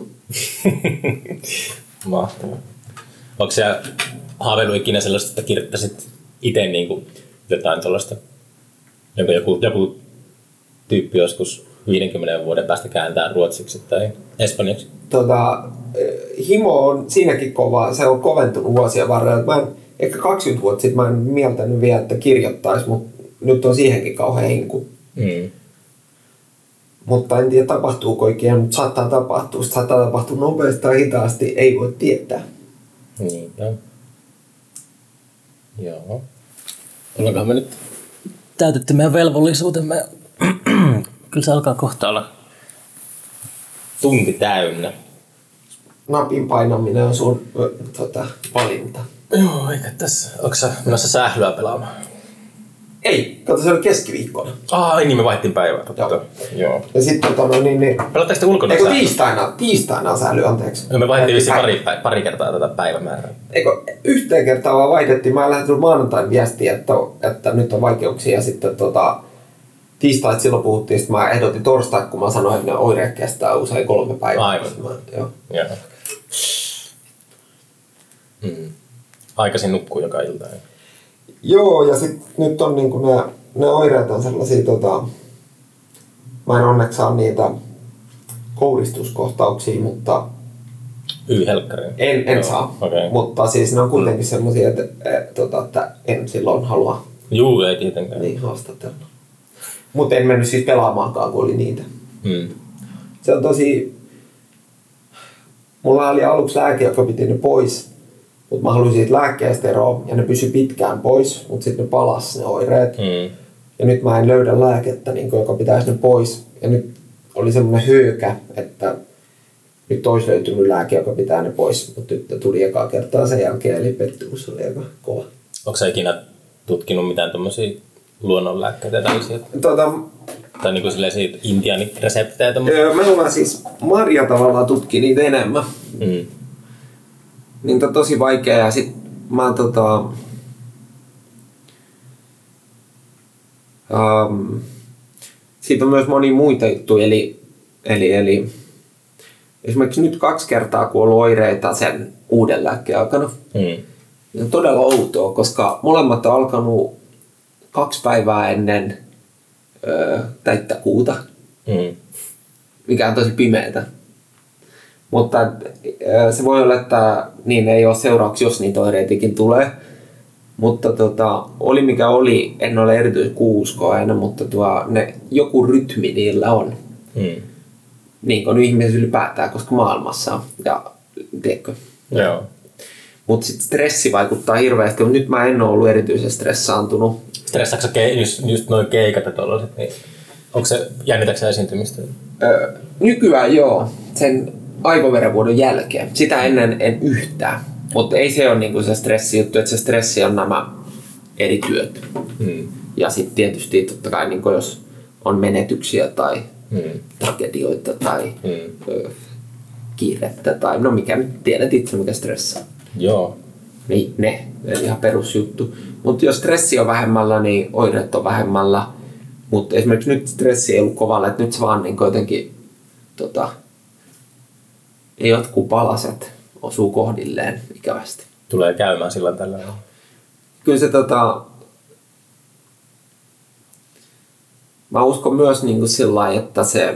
Mahtavaa. Onko se haaveillut ikinä sellaista, että kirjoittaisit itse niinku jotain sellaista, jonka joku, joku tyyppi joskus viidenkymmenen vuoden päästä kääntää ruotsiksi tai espanjaksi? Tota, himo on siinäkin kova, se on koventunut vuosien varrella. Mä en, ehkä kaksikymmentä vuotta sitten mä en mieltänyt vielä, että kirjoittaisi, mutta nyt on siihenkin kauhean hinku. Mm. Mutta en tiedä tapahtuuko ikinä, mutta saattaa tapahtua. Sitä saattaa tapahtua nopeasti tai hitaasti, ei voi tietää. Niinpä. Joo. Ollaankohan me nyt täytetty meidän velvollisuutemme? Kyllä se alkaa kohta olla tunti täynnä. Napin painaminen on sun tota, valinta. Joo, eikä tässä. Onko sä menossa sählyä pelaamaan? Ei, kato se oli keskiviikkona. Ai niin, me vaihtiin päivää. Joo. Joo. Ja sitten tota no niin... niin pelaatteko te ulkona sählyä? Eikö tiistaina, tiistaina sähly, anteeksi. No me vaihdettiin vissiin pari, pari kertaa tätä päivämäärää. Eikö yhteen kertaa vaan vaihdettiin. Mä en lähettänyt maanantain viestiä, että, että nyt on vaikeuksia ja sitten tota... Tiistait silloin puhuttiin, että mä ehdotin torstai, kun mä sanoin, että ne oireet kestää usein kolme päivää. Aivan. Mä, joo. Joo. Mm. Aikaisin nukkuu joka ilta. Joo, ja sit nyt on niinku ne, ne oireet on sellaisia, tota, mä en onneksi saa niitä kouristuskohtauksia, mutta Yli helkkariin. En, en saa, okay. Mutta siis ne on kuitenkin mm. semmosia, että, et, tota, että en silloin halua Juu, ei tietenkään. Niin haastatella. Mutta en mennyt siis pelaamaankaan, kun oli niitä. Mm. se on tosi... Mulla oli aluksi lääke, joka piti ne pois. Mutta mä halusin siitä lääkkeestä eroa ja ne pysyi pitkään pois, mutta sitten ne palas ne oireet. Mm. Ja nyt mä en löydä lääkettä, niin joka pitäisi ne pois. Ja nyt oli semmoinen höykä, että nyt olisi löytynyt lääke, joka pitää ne pois. Mutta nyt tuli ekaa kertaa sen jälkeen, eli pettymys oli aika kova. Onko sä ikinä tutkinut mitään tommosia luonnonlääkkeitä tällaisia? Tota, tai niinku silleen intiaanireseptejä? Öö, mä ollaan siis Marja tavallaan tutki niitä enemmän. Mm. Niin on tosi vaikea ja sit mä oon tota... Um, siitä on myös monia muita juttuja, eli, eli, eli esimerkiksi nyt kaksi kertaa kun on ollut oireita sen uuden lääkkeen aikana. Mm. Niin on todella outoa, koska molemmat on alkanut kaksi päivää ennen öö, täyttä kuuta, mm. mikä on tosi pimeätä. Mutta se voi olla, että niin ei ole seuraavaksi, jos niitä oireitakin tulee. Mutta tota, oli mikä oli, en ole erityisesti kuuskoa aina, mutta tuo, ne, joku rytmi niillä on. Hmm. Niin kuin ihmisessä ylipäätään, koska maailmassa on. Ja, tiedätkö? Joo. Mutta sitten stressi vaikuttaa hirveästi, mutta nyt mä en ole ollut erityisen stressaantunut. Stressaatko sä ke- just, just noin keikat ja tollaset, niin onko se, jännitätkö sä esiintymistä? Öö, nykyään joo, sen aivoverenvuodon jälkeen. Sitä ennen en yhtään. Mutta ei se ole niinku se stressijuttu, että se stressi on nämä eri työt. Hmm. Ja sitten tietysti totta kai niinku jos on menetyksiä tai hmm. tragedioita tai hmm. ö, kiirettä tai no mikä nyt tiedät itse mikä stressaa. Joo. Niin ne, eli ihan perusjuttu. Mutta jos stressi on vähemmällä, niin oireet on vähemmällä. Mutta esimerkiksi nyt stressi ei ollut kovalla, että nyt se vaan niinku jotenkin tota, jotkut palaset osuu kohdilleen ikävästi. Tulee käymään sillä tällä. Kyllä se tota... Mä uskon myös niin kuin sillä lailla, että se...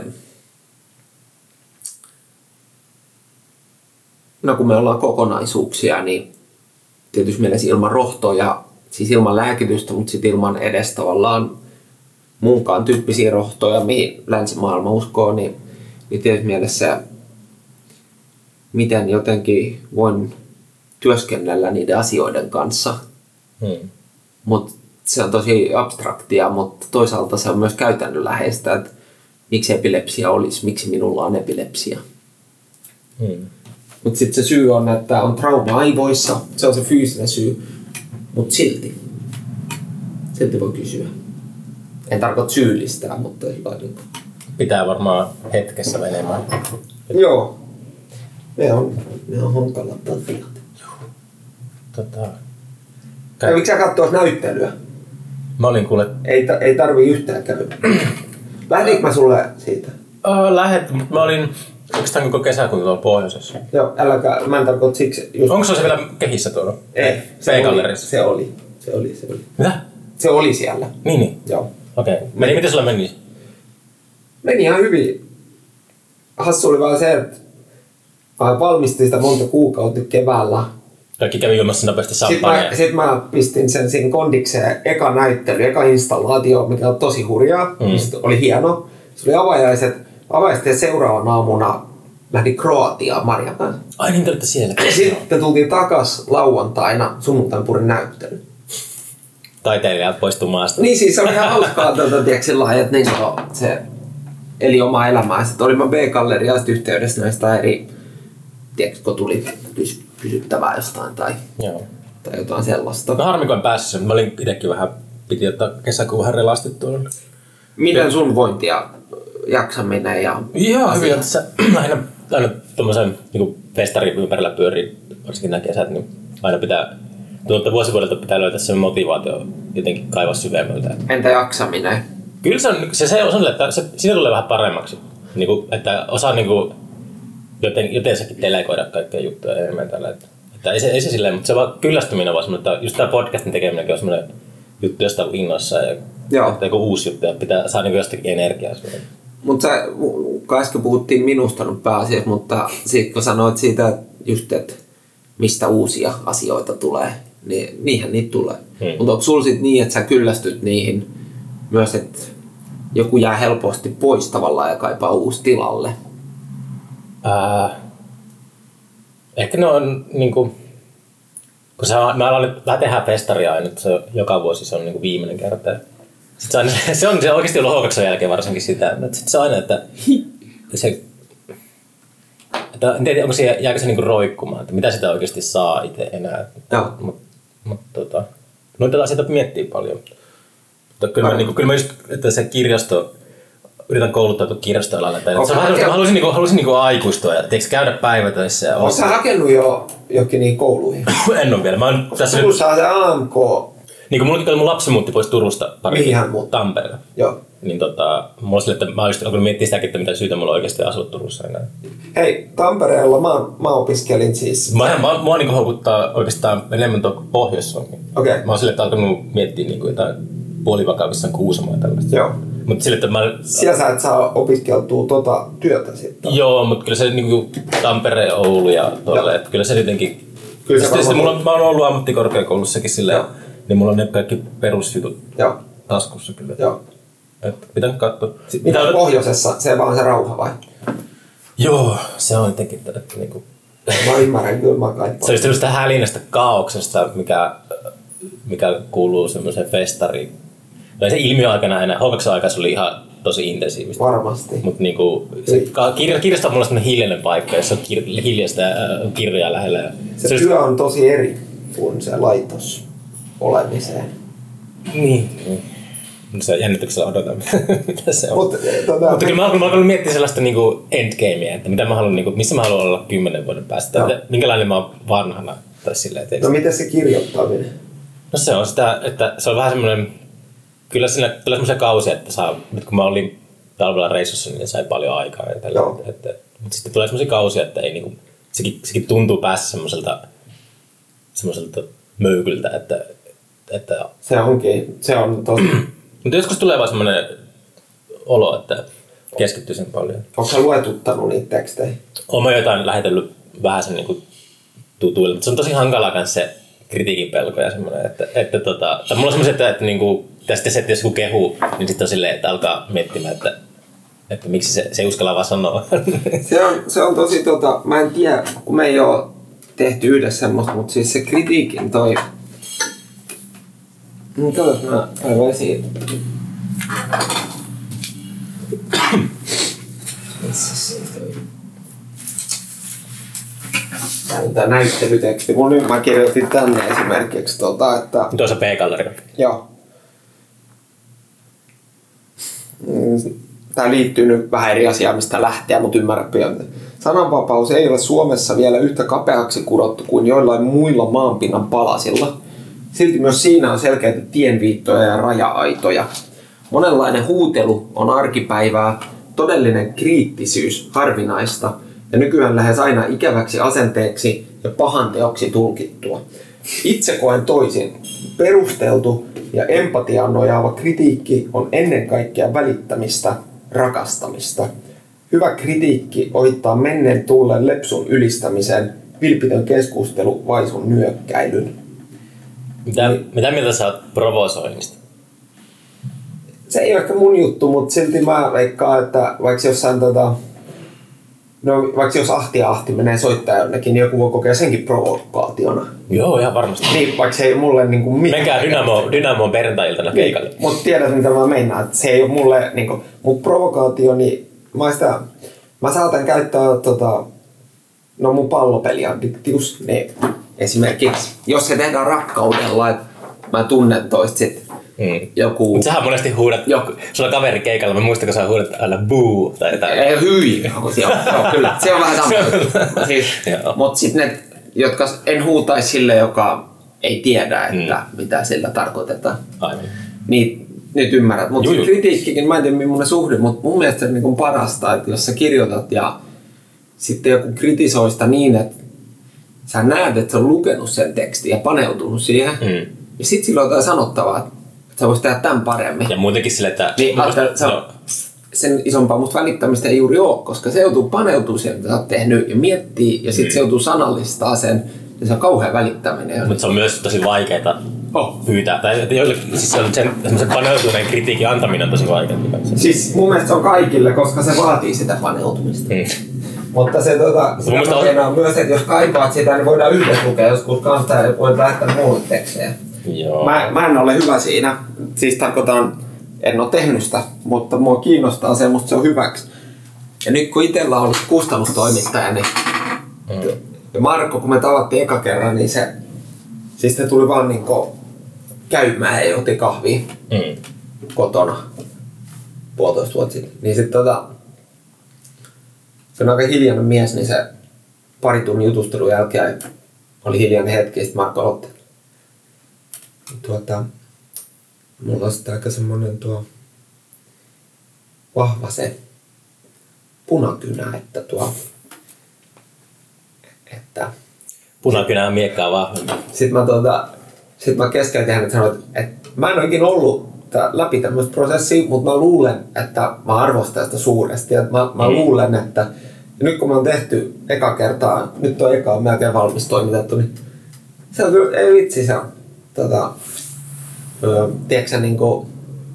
No kun me ollaan kokonaisuuksia, niin tietysti mielessä ilman rohtoja, siis ilman lääkitystä, mutta sitten ilman edes tavallaan muunkaan tyyppisiä rohtoja, mihin länsimaailma uskoo, niin, niin tietysti mielessä miten jotenkin voin työskennellä niiden asioiden kanssa. Hmm. Mutta se on tosi abstraktia, mutta toisaalta se on myös käytännönläheistä, että miksi epilepsia olisi, miksi minulla on epilepsia. Hmm. Mutta sitten se syy on, että on trauma aivoissa, se on se fyysinen syy, mutta silti. Silti voi kysyä. En tarkoita syyllistää, mutta hyvä niin. Pitää varmaan hetkessä menemään. Joo. Ne on, ne on hankalat asiat. Tota, Kävikö sä katsoa näyttelyä? Mä olin kuule... Ei, ei tarvii yhtään käydä. Lähdinkö mä sulle siitä? Oh, lähet, mutta mä olin oikeastaan koko kesäkuun tuolla pohjoisessa. Joo, äläkä, mä en tarkoita siksi... Just... Onko se vielä kehissä tuolla? Ei, se oli, se oli. Se oli, se oli. Mitä? Se oli siellä. Niin, niin. Joo. Okei. Okay. Meni, miten sulla meni? Meni ihan hyvin. Hassu oli vaan se, että mä valmistin sitä monta kuukautta keväällä. Kaikki kävi ilmassa nopeasti Sitten mä, sit mä pistin sen siinä kondikseen eka näyttely, eka installaatio, mikä on tosi hurjaa. Mm. Sitten oli hieno. Se oli avajaiset. Avajaiset ja seuraavan aamuna lähdin Kroatiaan Marjan kanssa. Ai niin, te olitte siellä. Sitten tultiin takas lauantaina sunnuntain purin näyttely. Taiteilijat poistuu maasta. Niin siis se oli ihan hauskaa, tuota, tiedätkö, sillä lailla, että niin, se eli omaa elämää. Sitten olin mä B-galleriaan yhteydessä näistä eri, tiedätkö, kun tuli pysy, pysyttävää jostain tai, tai jotain sellaista. No harmi, kun en päässyt. Mä olin itsekin vähän, piti ottaa kesäkuun vähän relastittua. Miten sun vointi ja jaksaminen ja... Joo, hyvin on tässä aina, aina tommosen niin festarin ympärillä pyörii, varsinkin nämä kesät, niin aina pitää, tuolta vuosivuodelta pitää löytää se motivaatio jotenkin kaivaa syvemmältä. Entä jaksaminen? Kyllä se on, se, se on että se, siinä tulee vähän paremmaksi, niin kuin, että osaa niin kuin, joten, jotensakin delegoida kaikkea juttuja enemmän tällä. Että, että ei, se, ei se silleen, mutta se vaan kyllästyminen on vaan semmoinen, että just tämä podcastin tekeminenkin on semmoinen juttu, josta on innoissa ja joku uusi juttu ja pitää saada niin jostakin energiaa. Mutta kun äsken puhuttiin minusta nyt pääasiassa, mutta sit, kun sanoit siitä just, että mistä uusia asioita tulee, niin niinhän niitä tulee. Hmm. Mutta onko sulla sit niin, että sä kyllästyt niihin myös, että joku jää helposti pois tavallaan ja kaipaa uusi tilalle? Ää, ehkä ne on niinku... Kun se on, mä aloin vähän tehdä festaria aina, että se on, joka vuosi se on niinku viimeinen kerta. Sitten se, aina, se on se on oikeasti ollut H kaksi jälkeen varsinkin sitä, että sitten se on aina, että se... Että en tiedä, onko se, jääkö se niinku roikkumaan, että mitä sitä oikeasti saa itse enää. Mutta mut, tota, noita asioita miettii paljon. Mutta kyllä mä, niinku, kyllä mä just, että se kirjasto, yritän kouluttautua kirjastoalalle. Se on vähän, mä haluaisin, niinku, haluaisin niinku aikuistua ja teikö, käydä päivätöissä. Oletko sä hakenut jo jokin niin kouluihin? En ole vielä. Mä oon tässä nyt... saa se A M K. Niin kun mullakin mun lapsi muutti pois Turusta pari. Mihin hän muutti? Tampereelle. Joo. Niin tota, mulla sille, että mä oon just alkanut miettiä sitäkin, että mitä syytä mulla oikeasti asua Turussa enää. Hei, Tampereella mä, mä opiskelin siis... Mä, mä, mua niinku houkuttaa oikeastaan enemmän tuo Pohjois-Suomi. Okei. Okay. Mä oon sille, että alkanut miettiä niinku jotain puolivakavissaan Kuusamoa ja tällaista. Joo. Mut sille, että mä... Siellä sä et saa opiskeltua tota työtä sitten. Joo, mutta kyllä se niinku Tampere, Oulu ja tolle, että kyllä se jotenkin... Kyllä se sitten mulla, mä oon ollut ammattikorkeakoulussakin silleen, niin mulla on ne kaikki perusjutut Joo. taskussa kyllä. Joo. Että pitää katsoa. Mitä on pohjoisessa? Se vaan se rauha vai? Joo, se on jotenkin, että niinku... Mä ymmärrän kyllä mä kaikki. Se on just sellaista hälinästä kaauksesta, mikä, mikä kuuluu semmoiseen festariin. No se ilmiö aikana enää, H kaksi aikaa se oli ihan tosi intensiivistä. Varmasti. Mutta niinku, kirja, kirjasto on mulla semmoinen hiljainen paikka, jossa on kir, hiljaista äh, kirjoja lähellä. Ja se, se työ on tosi eri kuin se laitos olemiseen. Niin. Se jännityksellä odotan, mitä se on. Mut, tota, Mutta kyllä mä haluan, mä haluan miettiä sellaista niinku endgamea, että mitä mä haluan, niinku, missä mä haluan olla kymmenen vuoden päästä. No. Minkälainen mä oon vanhana. Tai silleen, no miten se kirjoittaminen? No se on sitä, että se on vähän semmoinen... Kyllä siinä tulee semmoisia kausia, että saa, nyt kun mä olin talvella reissussa, niin sai paljon aikaa. Ja tällä, että, että, mutta sitten tulee semmoisia kausia, että ei, niinku, sekin, sekin tuntuu päässä semmoiselta, semmoiselta möykyltä. Että, että, se onkin, se on tosi. Mutta joskus tulee vaan semmoinen olo, että keskittyisin paljon. Onko sä luetuttanut niitä tekstejä? Olen jotain lähetellyt vähän sen niin tutuille, mutta se on tosi hankalaa myös se kritiikin pelko ja semmoinen, että, että tota, tai mulla on semmoisia, että, että niinku, tästä se, että jos joku kehuu, niin sitten on silleen, että alkaa miettimään, että, että miksi se, se ei uskalla vaan sanoa. Se on, se on tosi, tota, mä en tiedä, kun me ei ole tehty yhdessä semmoista, mutta siis se kritiikin toi... No katsos, mä kaivan esiin. Tää näyttelyteksti. Mun nyt mä kirjoitin tänne esimerkiksi tota, että... Tuossa P-galleria. Joo. Tää liittyy nyt vähän eri asiaan, mistä lähteä, mutta ymmärrä pian. Sananvapaus ei ole Suomessa vielä yhtä kapeaksi kurottu kuin joillain muilla maanpinnan palasilla. Silti myös siinä on selkeitä tienviittoja ja raja-aitoja. Monenlainen huutelu on arkipäivää, todellinen kriittisyys harvinaista ja nykyään lähes aina ikäväksi asenteeksi ja pahanteoksi tulkittua. Itse koen toisin. Perusteltu ja empatiaan nojaava kritiikki on ennen kaikkea välittämistä, rakastamista. Hyvä kritiikki ohittaa menneen tulleen lepsun ylistämisen, vilpitön keskustelu vaisun nyökkäilyn. Mitä, niin, mitä mieltä sä oot provosoinnista? Se ei ole ehkä mun juttu, mutta silti mä veikkaan, että vaikka jossain tota, no, vaikka jos Ahti ja Ahti menee soittaa jonnekin, niin joku voi kokea senkin provokaationa. Joo, ihan varmasti. Niin, vaikka se ei mulle niinku mitään. Menkää Dynamo, Dynamoon perjantai-iltana niin, keikalle. Mutta tiedät mitä mä meinaan, että se ei ole mulle niinku, mut provokaatio, niin mä, sitä, mä saatan käyttää tota, no mun pallopeliaddiktius, niin esimerkiksi, jos se tehdään rakkaudella, että mä tunnen toista sit mm. joku... Mut sähän monesti huudat, joku, sulla on kaveri keikalla, mä muistan, kun sä huudat aina buu tai jotain. Ei, hyi! Joo, joo, kyllä, se on vähän sama. Siis, mut sit ne, jotka en huutaisi sille, joka ei tiedä, että mm. mitä sillä tarkoitetaan. Aivan. Niin, nyt ymmärrät. Mutta kritiikkikin, mä en tiedä millainen suhde, mutta mun mielestä se on niin parasta, että jos sä kirjoitat ja sitten joku kritisoi sitä niin, että sä näet, että sä on lukenut sen tekstin ja paneutunut siihen. Mm. Ja sit sillä on jotain sanottavaa, että sä voisit tehdä tämän paremmin. Ja muutenkin sille, että... Niin, musta, no. Sen isompaa musta välittämistä ei juuri ole, koska se joutuu paneutumaan siihen, mitä sä oot tehnyt ja miettii, ja sit mm. se joutuu sanallistaa sen, ja se on kauhean välittäminen. Mutta se on myös tosi vaikeaa oh. pyytää. Tai siis se on sen, sen paneutuneen kritiikin antaminen on tosi vaikeaa. Siis mun mielestä se on kaikille, koska se vaatii sitä paneutumista. Mm. Mutta se tota, sitä muista... on myös, että jos kaipaat sitä, niin voidaan yhdessä lukea joskus kanssa ja voit lähettää mulle tekstejä. Joo. Mä, mä en ole hyvä siinä. Siis tarkoitan, en ole tehnyt sitä, mutta mua kiinnostaa se, musta se on hyväksi. Ja nyt kun itsellä on ollut kustannustoimittaja, niin mm. Marko, kun me tavattiin eka kerran, niin se, siis se tuli vaan niinku käymään ja otti kahvia mm. kotona puolitoista vuotta sitten. Niin sit tota, se on aika hiljainen mies, niin se pari tunnin jutustelun jälkeen oli hiljainen hetki, ja sit Marko aloitti. Tuota, mulla on sitten aika semmonen tuo vahva se punakynä, että tuo, että punakynä on miekkaa vahvempi. Sit mä tuota, sit mä keskellä hänet sanoin, että mä en oikein ollut läpi tämmöistä prosessia, mutta mä luulen, että mä arvostan sitä suuresti. Ja mä, mä mm. luulen, että ja nyt kun mä oon tehty eka kertaa, nyt on eka melkein valmis toimitettu, niin se on kyllä, ei vitsi, se on tota, öö, tiedätkö sä niinku,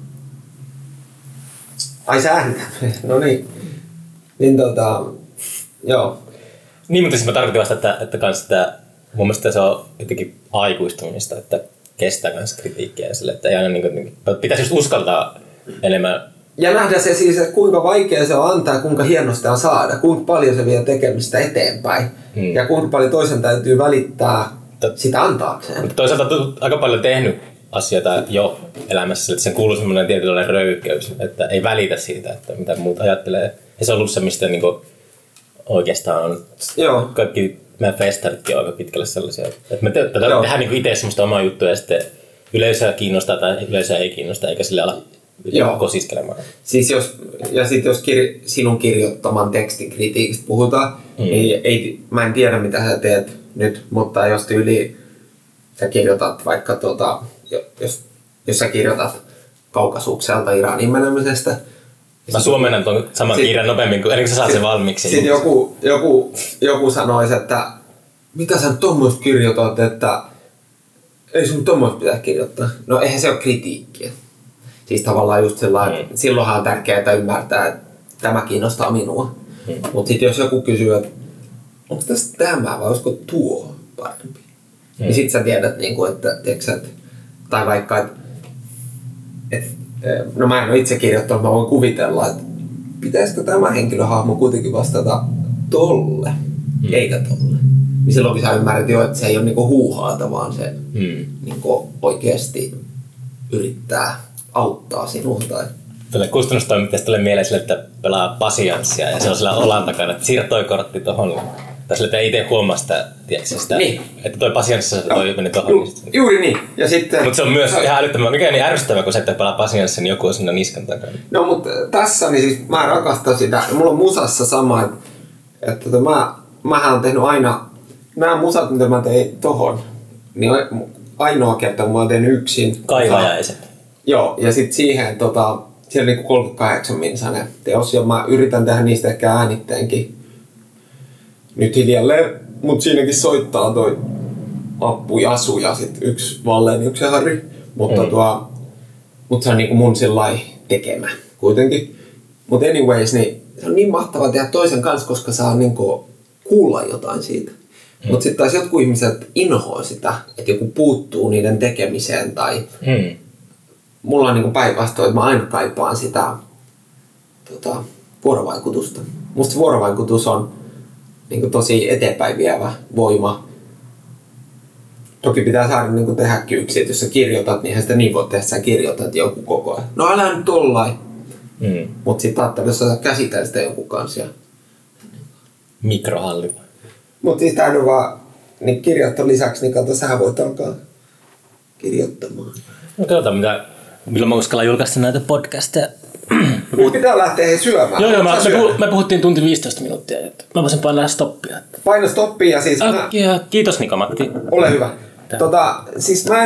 ai sä ääntä, no niin, niin tota, joo. Niin, mutta siis mä tarkoitin vasta, että, että kans sitä, mun mielestä se on jotenkin aikuistumista, että kestää kans kritiikkiä ja sille, että ei aina niin kuin, pitäisi just uskaltaa enemmän. Ja nähdä se siis, että kuinka vaikea se on antaa, kuinka hienosti on saada, kuinka paljon se vie tekemistä eteenpäin hmm. ja kuinka paljon toisen täytyy välittää Tot, sitä antaakseen. Mutta toisaalta on aika paljon tehnyt asioita jo elämässä, että sen kuuluu semmoinen tietynlainen röyhkeys, että ei välitä siitä, että mitä muut ajattelee. Ja se on ollut se, mistä niin kuin oikeastaan on Joo. kaikki meidän festaritkin on aika pitkälle sellaisia. Että me te, te, tehdään niin itse semmoista omaa juttua ja sitten yleisöä kiinnostaa tai yleisöä ei kiinnosta, eikä sille ala kosiskelemaan. Siis jos, ja sitten jos kir, sinun kirjoittaman tekstin kritiikistä puhutaan, mm. niin ei, mä en tiedä mitä sä teet nyt, mutta jos tyyli sä kirjoitat vaikka tuota, jos, jos sä kirjoitat Kaukasukselta Iranin menemisestä. Mä suomennan tuon saman sit, kirjan nopeammin, ennen kuin sä saat sit, sen valmiiksi. Sitten joku, joku, joku sanoisi, että mitä sä tommoista kirjoitat, että ei sun tommoista pitää kirjoittaa. No eihän se ole kritiikkiä. Siis tavallaan just sellainen, hmm. silloinhan on tärkeää ymmärtää, että tämä kiinnostaa minua. Hmm. Mutta sitten jos joku kysyy, että onko tässä tämä vai olisiko tuo parempi? Hmm. Niin sit sä tiedät, että, tiiäksä, että tai vaikka, että et, no mä en ole itse kirjoittanut, mä voin kuvitella, että pitäisikö tämä henkilöhahmo kuitenkin vastata tolle, hmm. eikä tolle. Niin silloinkin sä ymmärrät jo, että se ei ole niinku huuhaata, vaan se hmm. niinku oikeasti yrittää auttaa sinua. Tai... Tuolle kustannustoimittajalle tulee mieleen sille, että pelaa pasianssia ja se on sillä olan takana, että siirrä toi kortti tohon. Tai sille, että ei itse huomaa sitä, tiedätkö, sitä niin. että toi pasianssissa toi no, meni tohon. Ju, juuri niin. Ja sitten... Mutta se on myös ihan älyttömän, mikä on niin ärsyttävää, kun se, että pelaa pasianssia, niin joku on siinä niskan takana. No mutta tässä niin siis mä rakastan sitä. Mulla on musassa sama, että, että tota, mä, mähän on tehnyt aina, nämä musat, mitä mä tein tohon, niin ainoa kerta, kun mä oon tehnyt yksin. Kaivajaiset. Joo, ja sitten siihen, tota, siellä niinku kolmekymmentäkahdeksan minsainen teos, ja mä yritän tehdä niistä ehkä äänitteenkin nyt hiljalleen, mutta siinäkin soittaa toi Appu Jasu ja sitten yksi Valleen, yksi Harri, mutta, mm. tuo, mutta se on niinku mun sillai tekemä kuitenkin. Mutta anyways, niin se on niin mahtavaa tehdä toisen kanssa, koska saa niinku kuulla jotain siitä. Mm. Mutta sitten taas jotkut ihmiset inhoa sitä, että joku puuttuu niiden tekemiseen tai mm. mulla on niinku päinvastoin, että mä aina kaipaan sitä tota, vuorovaikutusta. Musta vuorovaikutus on niinku tosi eteenpäin vievä voima. Toki pitää saada niinku tehdä yksin, että jos sä kirjoitat, niin eihän sitä niin voi tehdä, sä kirjoitat joku koko ajan. No älä nyt tollain. Mm. Mut sit ajattelin, jos sä käsitellä sitä joku kanssa. Ja... Mikrohallinta. Mut siis tää on vaan niin kirjoittaa lisäksi, niin kato, sähän voit alkaa kirjoittamaan. No katsotaan, mitä, milloin mä uskallan julkaista näitä podcasteja. Mut pitää lähteä hei syömään. Joo, joo, mä, me, puh, me puhuttiin tunti viisitoista minuuttia. Että mä voisin painaa stoppia. Paino stoppia siis. Äh, mä... Kiitos Niko Matti. Ole hyvä. Tota, siis mä